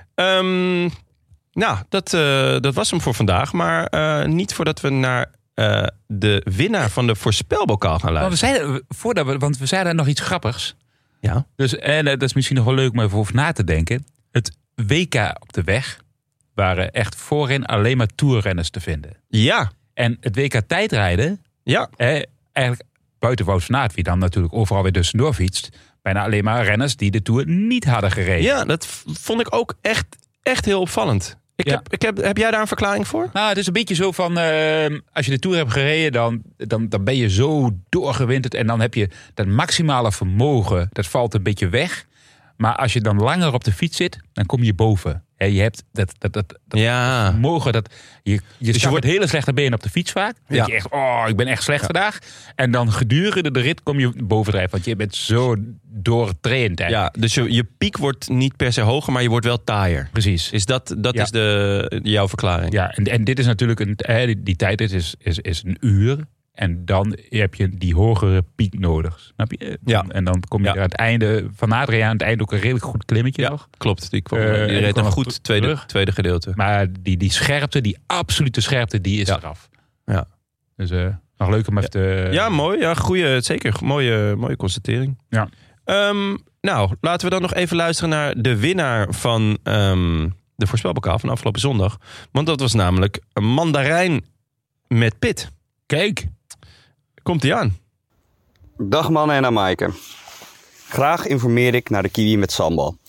Um, Nou, dat, uh, dat was hem voor vandaag. Maar uh, niet voordat we naar uh, de winnaar van de voorspelbokaal gaan luisteren. Want we zeiden, voordat we, want we zeiden nog iets grappigs. Ja. Dus, en dat is misschien nog wel leuk om even over na te denken. Het W K op de weg waren echt voorin alleen maar toerrenners te vinden. Ja. En het W K tijdrijden, ja. Eh, eigenlijk buiten Wout van Aert, wie dan natuurlijk overal weer tussendoor fietst, bijna alleen maar renners die de Tour niet hadden gereden. Ja, dat vond ik ook echt, echt heel opvallend. Ik ja. heb, ik heb, heb jij daar een verklaring voor? Nou, het is een beetje zo van, uh, als je de Tour hebt gereden, dan, dan, dan ben je zo doorgewinterd. En dan heb je dat maximale vermogen, dat valt een beetje weg. Maar als je dan langer op de fiets zit, dan kom je boven. He, je hebt dat, dat, dat, dat ja. vermogen, dat je, je, dus je wordt hele slechte benen op de fiets vaak. Dan denk je echt, oh, ik ben echt slecht ja. vandaag. En dan gedurende de rit kom je bovendrijven, want je bent zo doorgetraind. Ja, dus je, je piek wordt niet per se hoger, maar je wordt wel taaier. Precies. Is dat, dat ja. is de, jouw verklaring? Ja, en, en dit is natuurlijk een, hè, die, die tijd is, is, is een uur. En dan heb je die hogere piek nodig. Snap je? Ja. En dan kom je ja. er aan het einde van Adriaan, aan het einde ook een redelijk goed klimmetje ja, nog. Klopt. Die, kwam, uh, die reed nog goed tweede, tweede gedeelte. Maar die, die scherpte, die absolute scherpte, die is ja. eraf. Ja. Dus uh, nog leuk om even te... Ja, mooi. Ja, goeie, zeker. Mooie, mooie constatering. Ja. Um, nou, laten we dan nog even luisteren naar de winnaar van um, de voorspelbokaal van afgelopen zondag. Want dat was namelijk een mandarijn met pit. Kijk. Komt-ie aan. Dag mannen en aan Maaike. Graag informeer ik naar de kiwi met sambal.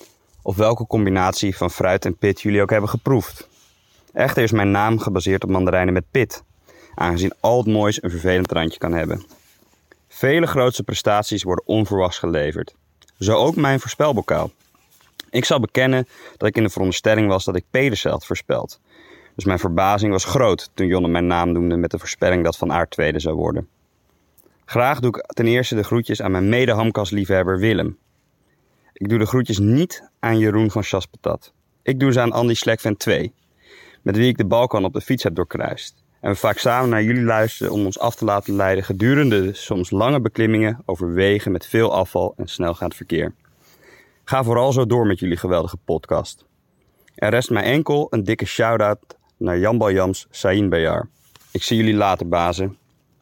of welke combinatie van fruit en pit jullie ook hebben geproefd. Echter is mijn naam gebaseerd op mandarijnen met pit, aangezien al het moois een vervelend randje kan hebben. Vele grootste prestaties worden onverwachts geleverd. Zo ook mijn voorspelbokaal. Ik zal bekennen dat ik in de veronderstelling was dat ik Pedersen had voorspeld. Dus mijn verbazing was groot toen Jonne mijn naam noemde met de voorspelling dat Van Aert tweede zou worden. Graag doe ik ten eerste de groetjes aan mijn mede-hamkasliefhebber Willem. Ik doe de groetjes niet aan Jeroen van Chaspatat. Ik doe ze aan Andy Slekven twee, met wie ik de Balkan op de fiets heb doorkruist. En we vaak samen naar jullie luisteren om ons af te laten leiden gedurende de soms lange beklimmingen over wegen met veel afval en snelgaand verkeer. Ga vooral zo door met jullie geweldige podcast. Er rest mij enkel een dikke shout-out naar Jan Baljams, Saïn Bejar. Ik zie jullie later, bazen.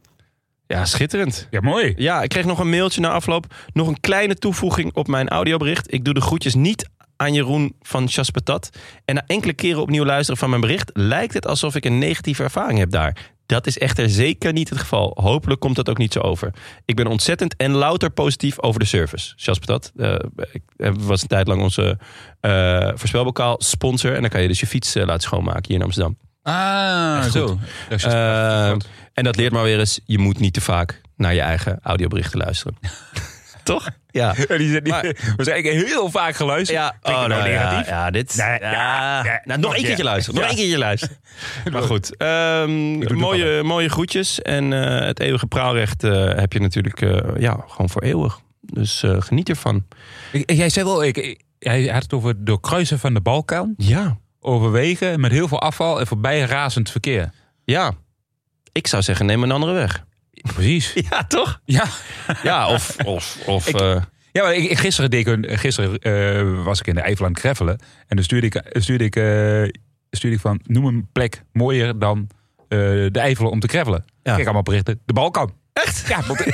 Ja, schitterend. Ja, mooi. Ja, ik kreeg nog een mailtje na afloop. Nog een kleine toevoeging op mijn audiobericht. Ik doe de groetjes niet aan Jeroen van Chaspatat. En na enkele keren opnieuw luisteren van mijn bericht lijkt het alsof ik een negatieve ervaring heb daar. Dat is echter zeker niet het geval. Hopelijk komt dat ook niet zo over. Ik ben ontzettend en louter positief over de service. Chaspatat uh, was een tijd lang onze uh, voorspelbokaal sponsor. En dan kan je dus je fiets uh, laten schoonmaken hier in Amsterdam. Ah, zo. Dat is uh, en dat leert maar weer eens, je moet niet te vaak naar je eigen audioberichten luisteren. Toch? Ja. Die, die, die maar, was eigenlijk heel vaak geluisterd. Ja, oh, nou, nou, negatief. Ja, ja, dit. Nee, ja, ja, ja. Nou, nog één keertje luisteren. Nog één keertje luisteren. Maar goed, um, mooie, mooie groetjes. En uh, het eeuwige praalrecht uh, heb je natuurlijk uh, ja, gewoon voor eeuwig. Dus uh, geniet ervan. Ik, jij zei wel, ik, ik, hij had het over doorkruisen van de Balkan. Ja. Over wegen met heel veel afval en voorbij razend verkeer. Ja. Ik zou zeggen, neem een andere weg. Precies. Ja, toch? Ja. Ja, of... of, of ik, uh... Ja, maar ik, gisteren, deed ik, gisteren uh, was ik in de Eifel aan het greffelen. En dan stuurde ik, stuurde ik, uh, stuurde ik van, noem een plek mooier dan uh, de Eifel om te greffelen. Ja. Kijk allemaal berichten. De Balkan. Echt? Ja, want...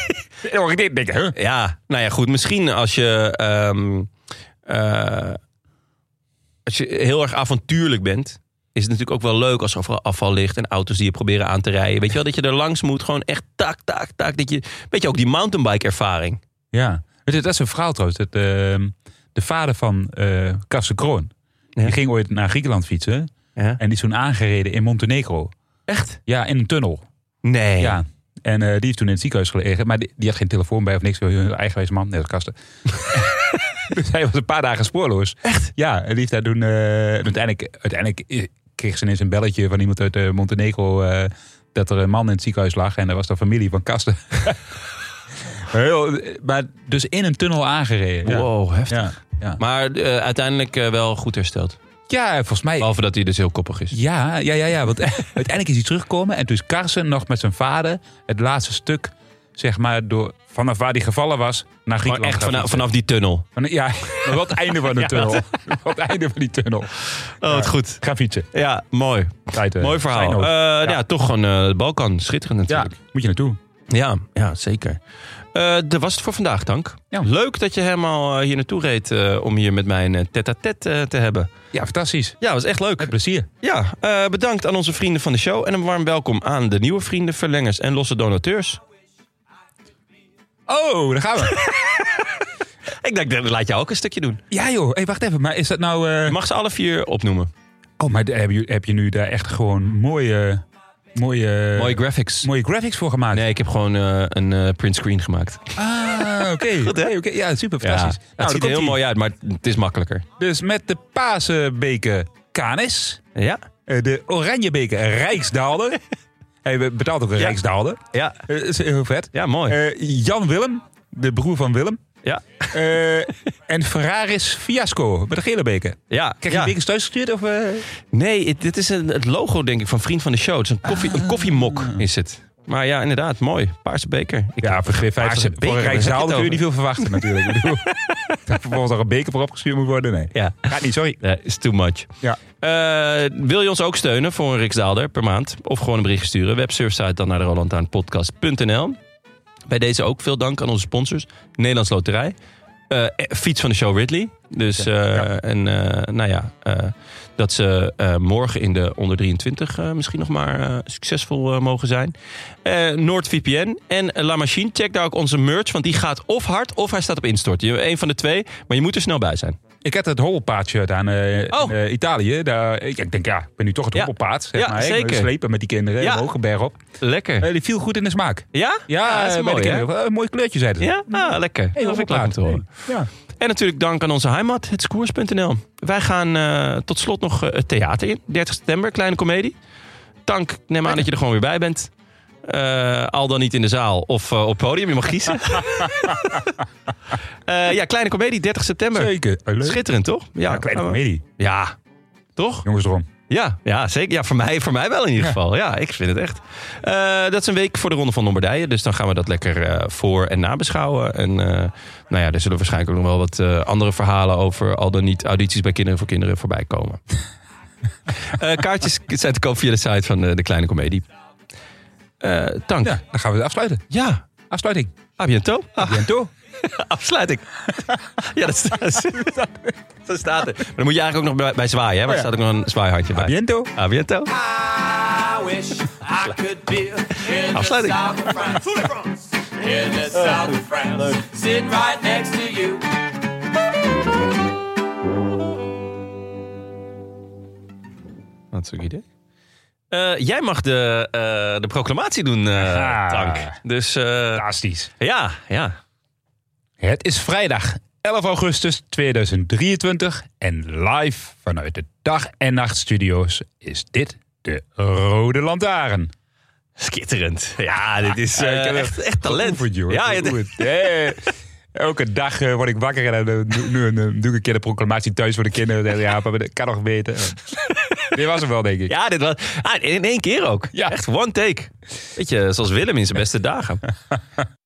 ik dit denk, huh? Ja, nou ja, goed. Misschien als je... Um, uh, als je heel erg avontuurlijk bent, is het natuurlijk ook wel leuk als er overal afval ligt en auto's die je proberen aan te rijden. Weet je wel, dat je er langs moet. Gewoon echt tak, tak, tak. Dat je, weet je, ook die mountainbike ervaring. Ja. Weet je, dat is een verhaal trouwens. Dat, uh, de vader van uh, Karsten Kroon, ja. die ging ooit naar Griekenland fietsen. Ja. En die is toen aangereden in Montenegro. Echt? Ja, in een tunnel. Nee. Ja. En uh, die heeft toen in het ziekenhuis gelegen. Maar die, die had geen telefoon bij of niks. Een eigenwijze man, net als Karsten. Dus hij was een paar dagen spoorloos. Echt? Ja, en die heeft daar toen... Uh, uiteindelijk, uiteindelijk kreeg ze ineens een belletje van iemand uit uh, Montenegro... Uh, dat er een man in het ziekenhuis lag. En dat was de familie van Karsten. Heel, maar dus in een tunnel aangereden. Ja. Wow, heftig. Ja, ja. Maar uh, uiteindelijk uh, wel goed hersteld. Ja, volgens mij... Behalve dat hij dus heel koppig is. Ja, ja, ja, ja want uiteindelijk is hij teruggekomen. En toen is Karsten nog met zijn vader het laatste stuk, zeg maar, door, vanaf waar hij gevallen was, naar Griekenland. Maar echt vanaf, vanaf die tunnel? Van, ja, maar wat het einde van de ja, tunnel. Wat het einde van die tunnel. Oh, wat ja, goed. Ga fietsen. Ja, mooi. Tijd, uh, mooi verhaal. Uh, ja. ja, toch gewoon uh, de Balkan. Schitterend natuurlijk. Ja, moet je naartoe. Ja, ja, zeker. Uh, dat was het voor vandaag, dank. Ja. Leuk dat je helemaal uh, hier naartoe reed uh, om hier met mij een tête-à-tête uh, te hebben. Ja, fantastisch. Ja, was echt leuk. Met plezier. Ja, uh, bedankt aan onze vrienden van de show. En een warm welkom aan de nieuwe vrienden, verlengers en losse donateurs. Oh, daar gaan we. Ik denk, dat laat jou ook een stukje doen. Ja joh, hey, wacht even. Maar is dat nou... Uh... Je mag ze alle vier opnoemen. Oh, maar heb je, heb je nu daar echt gewoon mooie... Mooie, mooie graphics. Mooie graphics voor gemaakt. Nee, ik heb gewoon uh, een uh, print screen gemaakt. Ah, oké. Okay. okay, okay. Ja, super fantastisch. Ja, nou, het ziet er heel die. mooi uit, maar het is makkelijker. Dus met de Pasenbeker Canis. Ja. Uh, de Oranjebeker Rijksdaalder. Hij betaalt ook een ja. Rijksdaalder. Ja. Uh, dat is heel vet. Ja, mooi. Uh, Jan Willem, de broer van Willem. Ja. Uh, en Ferraris Fiasco met een gele beker. Ja. Krijg je ja. bekers thuis gestuurd? Of, uh... Nee, dit is een, het logo denk ik van Vriend van de Show. Het is een, koffie, ah. een koffiemok is het. Maar ja, inderdaad, mooi. Paarse beker. Ik ja, voor twee vijftig voor een Rijksdaalder kun je niet veel verwachten natuurlijk. Ik bedoel, dat vervolgens nog een beker voor opgestuurd moet worden. Nee, ja. gaat niet, sorry. Nee, is too much. Ja. Uh, wil je ons ook steunen voor een Rijksdaalder per maand? Of gewoon een bericht sturen? Websurfsite dan naar de roland taan podcast punt n l. Bij deze ook veel dank aan onze sponsors. Nederlands Loterij. Uh, fiets van de show Ridley. Dus uh, ja. en uh, nou ja, uh, dat ze uh, morgen in de onder drieëntwintig uh, misschien nog maar uh, succesvol uh, mogen zijn. Uh, NoordVPN en La Machine. Check daar ook onze merch, want die gaat of hard of hij staat op instort. Eén van de twee, maar je moet er snel bij zijn. Ik had het hobbelpaard shirt aan uh, Oh. in uh, Italië. Daar, ik, ik denk, ja, ik ben nu toch het Ja. hobbelpaard. Zeg Ja, maar. zeker. Ik slepen met die kinderen, Ja. ja. hoge berg op. Lekker. Uh, die viel goed in de smaak. Ja? Ja, dat is bij mooi, de hè? kinderen. Uh, mooi kleurtje, zeiden ze. Ja? Ah, lekker. Hey, dat vind ik leuk om te horen. Hey, ja. En natuurlijk dank aan onze heimat, het skoers punt n l. Wij gaan uh, tot slot nog uh, het theater in. dertig september, kleine komedie. Tank, ik neem aan dat je er gewoon weer bij bent. Uh, al dan niet in de zaal of uh, op het podium. Je mag kiezen. uh, ja, kleine komedie, dertig september. Zeker. Uh, leuk. Schitterend, toch? Ja, kleine uh, komedie. Ja, toch? Jongens erom. Ja, ja, zeker. Ja, voor mij, voor mij wel in ieder geval. Ja, ik vind het echt. Uh, dat is een week voor de Ronde van Lombardije. Dus dan gaan we dat lekker uh, voor- en nabeschouwen. En uh, nou ja, er zullen waarschijnlijk ook nog wel wat uh, andere verhalen over al dan niet audities bij Kinderen voor Kinderen voorbij komen. uh, kaartjes zijn te koop via de site van de, de Kleine Komedie. Uh, Tank. Ja, dan gaan we het afsluiten. Ja. Afsluiting. A bientôt. A bientôt. Afsluiting. Ja, dat staat, dat staat er. Maar dan moet je eigenlijk ook nog bij, bij zwaaien, hè? Want er staat ook nog een zwaaihandje bij. A bientôt. A bientôt. I wish I could be in the Afsluiting. south of France. In the south of France. Sitting right next to you. Wat een idee. Uh, jij mag de, uh, de proclamatie doen, uh, Ah. Tank. Dus uh, Fantastisch. ja, ja. Het is vrijdag elf augustus tweeduizend drieëntwintig en live vanuit de Dag en Nacht Studio's is dit de Rode Lantaarn. Schitterend. Ja, dit is uh, Ja, ik heb echt, echt talent. geoefend, joh. Ja, Geoefend. Ja, elke dag uh, word ik wakker en dan uh, nu, nu, nu doe ik een keer de proclamatie thuis voor de kinderen. Ja, maar dat kan nog beter. Dit was hem wel, denk ik. ja, dit was ah, in één keer ook. Ja. Echt one take. Weet je, zoals Willem in zijn beste dagen.